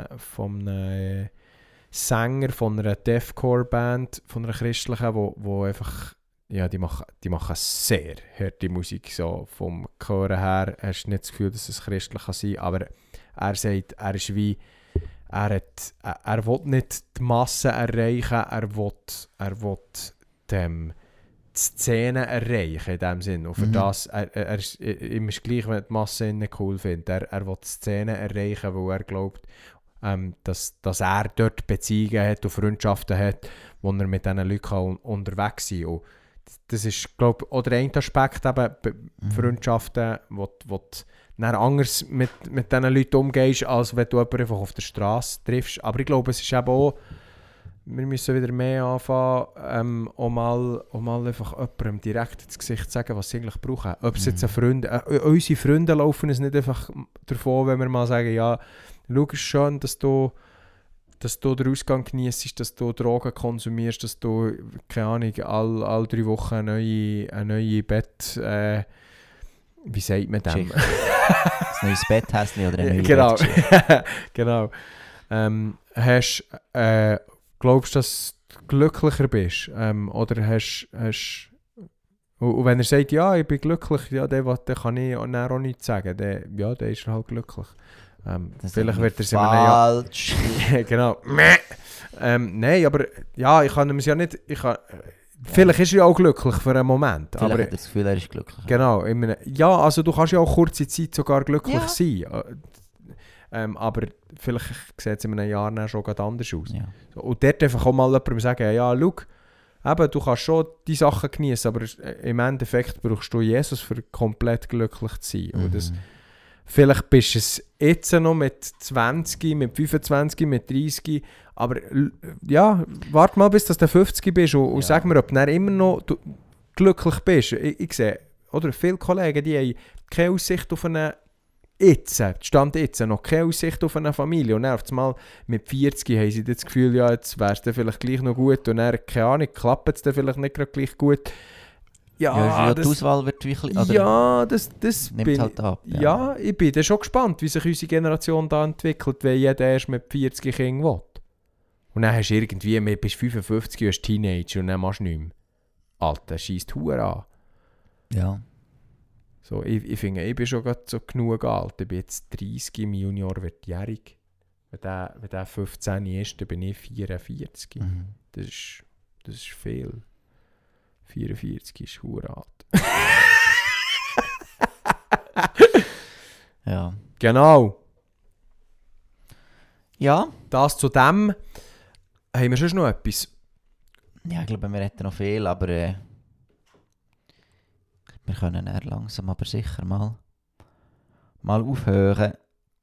Sänger von einer Deathcore-Band, von einer christlichen, wo einfach, ja, die machen sehr harte Musik. So vom Chören her hast du nicht das Gefühl, dass es christlich kann sein, aber er sagt, er ist wie, er will nicht die Masse erreichen, er will die Szene erreichen in dem Sinn. Und für das, er ist ihm ist gleich, wenn die Masse nicht cool findet. Er will die Szene erreichen, weil er glaubt, dass er dort Beziehungen hat und Freundschaften hat, wo er mit diesen Leuten unterwegs sein kann. Und das ist, glaube ich, auch der eine Aspekt, eben Freundschaften, wo du dann anders mit diesen Leuten umgehst, als wenn du jemanden einfach auf der Straße triffst. Aber ich glaube, es ist eben auch, wir müssen wieder mehr anfangen, um mal einfach jemandem direkt ins Gesicht zu sagen, was sie eigentlich brauchen. Ob es jetzt unsere Freunde laufen es nicht einfach davon, wenn wir mal sagen, ja, schau es schon, dass du den Ausgang genießt, dass du Drogen konsumierst, dass du, keine Ahnung, all 3 Wochen eine neue Bett, wie sagt man dem? Ein neues Betthäschen oder eine neue Genau. Bettgeschichte. Genau. Glaubst du, dass du glücklicher bist? Oder hast und wenn er sagt, ja, ich bin glücklich, ja, dann kann ich auch nichts sagen. Der ist halt glücklich. Vielleicht wird er es in einem Jahr... Falsch. Genau. Nein, aber ja, ich kann ihm ja nicht... Vielleicht ist er ja auch glücklich für einen Moment. Vielleicht aber, hat er das Gefühl, er ist glücklich. Genau. Ja, also du kannst ja auch kurze Zeit sogar glücklich sein. Aber vielleicht sieht es in einem Jahr dann schon anders aus. Ja. Und dort einfach auch mal jemandem sagen, ja, schau, eben, du kannst schon die Sachen genießen, aber im Endeffekt brauchst du Jesus, für komplett glücklich zu sein. Und das, vielleicht bist du es jetzt noch mit 20, mit 25, mit 30, aber ja, warte mal, bis du 50 bist und sag mir, ob du dann immer noch glücklich bist. Ich sehe, oder viele Kollegen, die haben keine Aussicht auf eine Stand jetzt noch keine Aussicht auf eine Familie und dann auf einmal mit 40 haben sie das Gefühl, ja, jetzt wäre es dann vielleicht gleich noch gut und dann, keine Ahnung, klappt es dann vielleicht nicht gerade gleich gut. Ja, die Auswahl wird wirklich... Ja, das nimmt halt ab. Ja, ich bin dann schon gespannt, wie sich unsere Generation da entwickelt, wenn jeder erst mit 40 Kindern will. Und dann hast du irgendwie, bist 55 und hast Teenager und dann machst du nichts mehr. Alter, scheisst Hure an. Ja. So, ich finde, ich bin schon so genug alt. Ich bin jetzt 30, im Junior wird jährig. Wenn der 15 ist, dann bin ich 44. Mhm. Das ist viel. 44 ist verdammt alt. Ja. Genau. Ja. Das zu dem. Haben wir schon noch etwas? Ja, ich glaube, wir hätten noch viel, aber wir können eher langsam, aber sicher mal aufhören.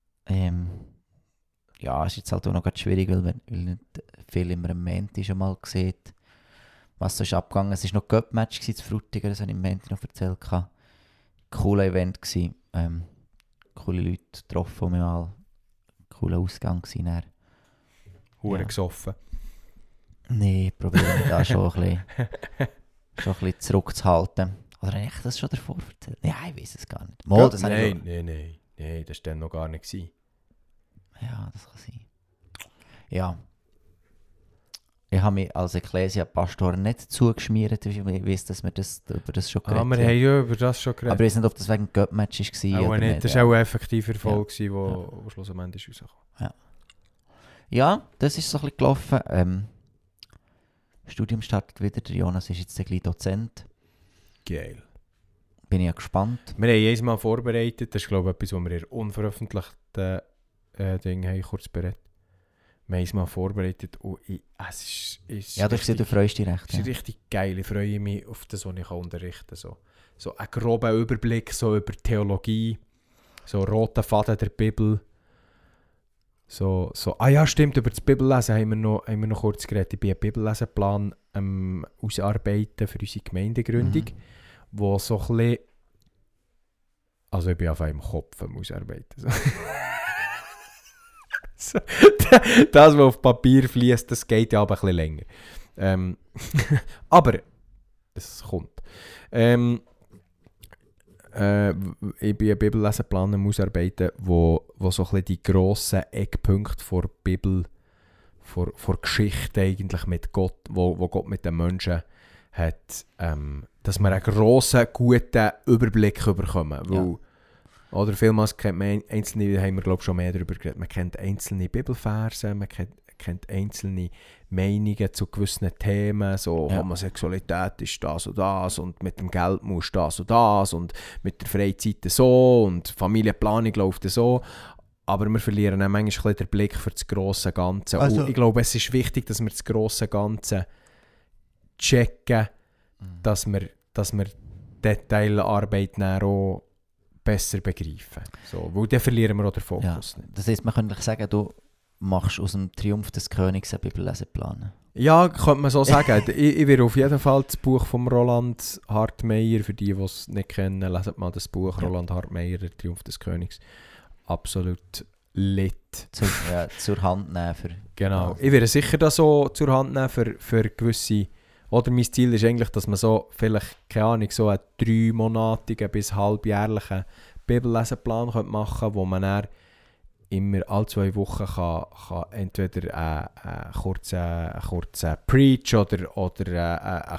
Ja, es ist jetzt halt auch noch ganz schwierig, weil nicht viel im Menti schon mal sieht, was so ist abgegangen. Es war noch ein Cup-Match zu Frutigen, das habe ich im Menti noch erzählt. Cooler Event gsi. Coole Leute getroffen, mal cooler Ausgang gsi. Hure Ja. gesoffen. Nein, probiere mich da schon ein bisschen zurückzuhalten. Oder habe ich das schon davor erzählt? Nein, ich weiß es gar nicht. Mal, das habe ich Nein, das war dann noch gar nicht gewesen. Ja, das kann sein. Ja. Ich habe mich als Ecclesia-Pastor nicht zugeschmiert. Ich weiss, dass wir über das schon geredet Wir haben ja über das schon geredet. Aber ich weiß nicht, ob das wegen dem Cup-Match war. Auch nicht. Das war auch ein effektiver Erfolg, der schlussendlich rauskam. Ja, das ist so ein bisschen gelaufen. Studium startet wieder. Der Jonas ist jetzt der gleiche Dozent. Geil. Bin ich ja gespannt. Wir haben jedes Mal vorbereitet. Das ist, glaube ich, etwas, was wir in unveröffentlichten Dingen haben kurz berät. Wir haben es mal vorbereitet und es ist Ja, du hast gesagt, du freust dich recht. Es ist richtig geil. Ich freue mich auf das, was ich unterrichten kann. So einen groben Überblick so über Theologie, so roten Faden der Bibel. Ja, stimmt, über das Bibellesen haben wir noch kurz geredet. Ich bin einen Bibellesenplan ausarbeiten für unsere Gemeindegründung, wo so ein bisschen... Also ich bin auf einem Kopf am Ausarbeiten. Das, was auf Papier fließt, das geht ja aber ein bisschen länger. Aber es kommt. Ich bin einen Bibellesenplan am Ausarbeiten, wo so ein bisschen die grossen Eckpunkte vor der Bibel, vor Geschichte eigentlich mit Gott, wo Gott mit den Menschen hat, dass wir einen grossen, guten Überblick bekommen. Weil, oder vielmals kennt man einzelne, haben wir glaube schon mehr darüber geredet, man kennt einzelne Bibelverse, man kennt einzelne Meinungen zu gewissen Themen, so Homosexualität ist das und mit dem Geld muss das und mit der Freizeit so und Familienplanung läuft so. Aber wir verlieren auch manchmal den Blick für das grosse Ganze. Also, und ich glaube, es ist wichtig, dass wir das grosse Ganze checken, dass wir Detailarbeit auch besser begreifen. So, weil dann verlieren wir auch den Fokus nicht. Das heisst, man könnte sagen, du machst aus dem Triumph des Königs einen Bibellesenplan. Ja, könnte man so sagen. ich werde auf jeden Fall das Buch von Roland Hartmeier, für die es nicht kennen, lesen mal das Buch Roland Hartmeier, der Triumph des Königs. Absolut lit. Zur Hand nehmen. Genau. Ich werde sicher das so zur Hand nehmen für gewisse... Oder mein Ziel ist eigentlich, dass man so vielleicht, keine Ahnung, so einen 3-monatigen bis halbjährlichen Bibellesenplan machen könnte, wo man dann immer alle 2 Wochen kann entweder einen kurzen Preach oder eine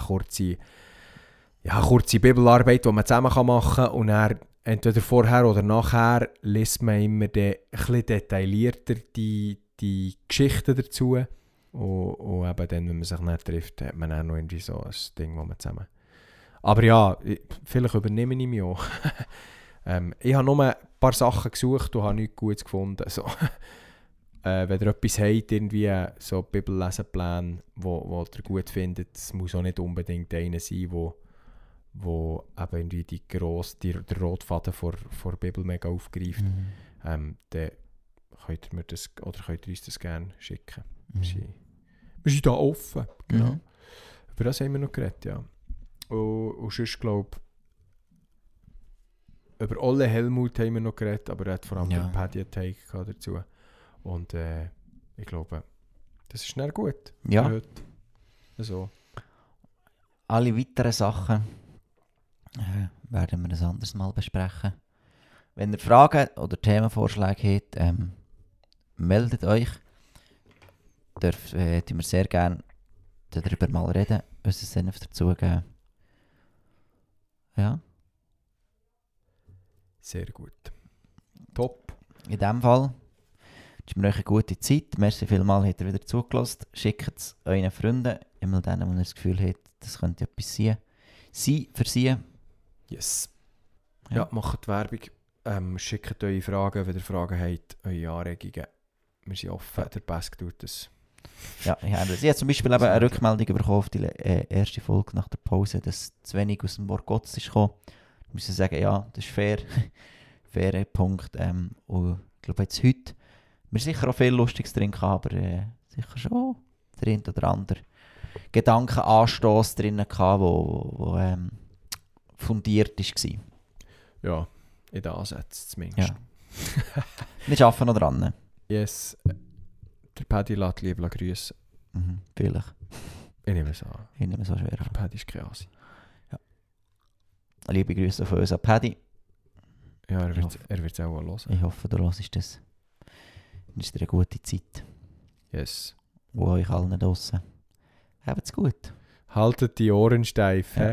kurze Bibelarbeit, die man zusammen machen kann. Und dann entweder vorher oder nachher liest man immer ein bisschen detaillierter die Geschichten dazu. Und eben dann, wenn man sich nicht trifft, hat man auch noch irgendwie so ein Ding, wo man zusammen... Aber ja, vielleicht übernehme ich mich auch. Ich habe nur ein paar Sachen gesucht und habe nichts Gutes gefunden. So. Wenn ihr etwas habt, irgendwie so Bibellesenpläne, wo ihr gut findet, es muss auch nicht unbedingt einer sein, wo eben irgendwie der Rotfaden vor Bibel mega aufgreift. Dann könnt ihr mir das, oder könnt ihr uns das gerne schicken. Wir sind da offen. Genau. Über das haben wir noch geredet, ja. Und sonst glaube ich, über Olle Helmut haben wir noch geredet, aber er hat vor allem den Paddy-Take dazu. Und ich glaube, das ist schnell gut. Ja. So. Alle weiteren Sachen werden wir ein anderes Mal besprechen. Wenn ihr Fragen oder Themenvorschläge habt, meldet euch. Hätten wir sehr gerne darüber mal reden, unseren Senf dazugeben. Ja. Sehr gut. Top. In dem Fall, wünschen wir euch eine gute Zeit. Merci vielmals, habt ihr wieder zugelassen. Schickt es euren Freunden, immer denen, wo ihr das Gefühl habt, das könnte etwas sein. Für sie. Yes. Ja. Ja, macht Werbung. Schickt eure Fragen, wenn ihr Fragen habt, eure Anregungen. Wir sind offen, der Bask tut das. Ja, ich habe zum Beispiel eben eine Rückmeldung bekommen auf die erste Folge nach der Pause, dass zu wenig aus dem Wort Gottes ist gekommen. Ich muss sagen, ja, das ist fair. Fairer Punkt. Und ich glaube jetzt heute, wir sicher auch viel Lustiges drin gehabt, aber sicher schon der eine oder andere Gedankenanstoss drin gehabt, wo fundiert war. Ja, in den Ansätzen zumindest. Ja. Wir arbeiten noch dran. Yes. Der Paddy lässt lieber grüßen. Vielleicht. Ich nehme es an. Ich nehme es so schwer Der an. Paddy ist Kreasi. Ja. Liebe Grüße von uns an Paddy. Ja, er wird es auch hören. Ich hoffe, du hörst das. Wünsche dir eine gute Zeit. Yes. Und euch allen draussen. Habt's gut. Haltet die Ohren steif. Ja. Hä?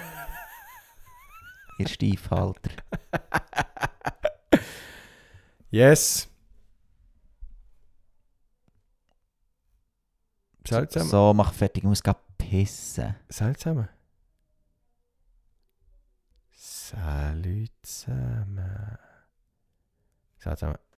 Ihr Stiefhalter. Yes. Salut zusammen. So, mach fertig. Ich muss gerade pissen. Salut zusammen. Salut zusammen. Salut zusammen.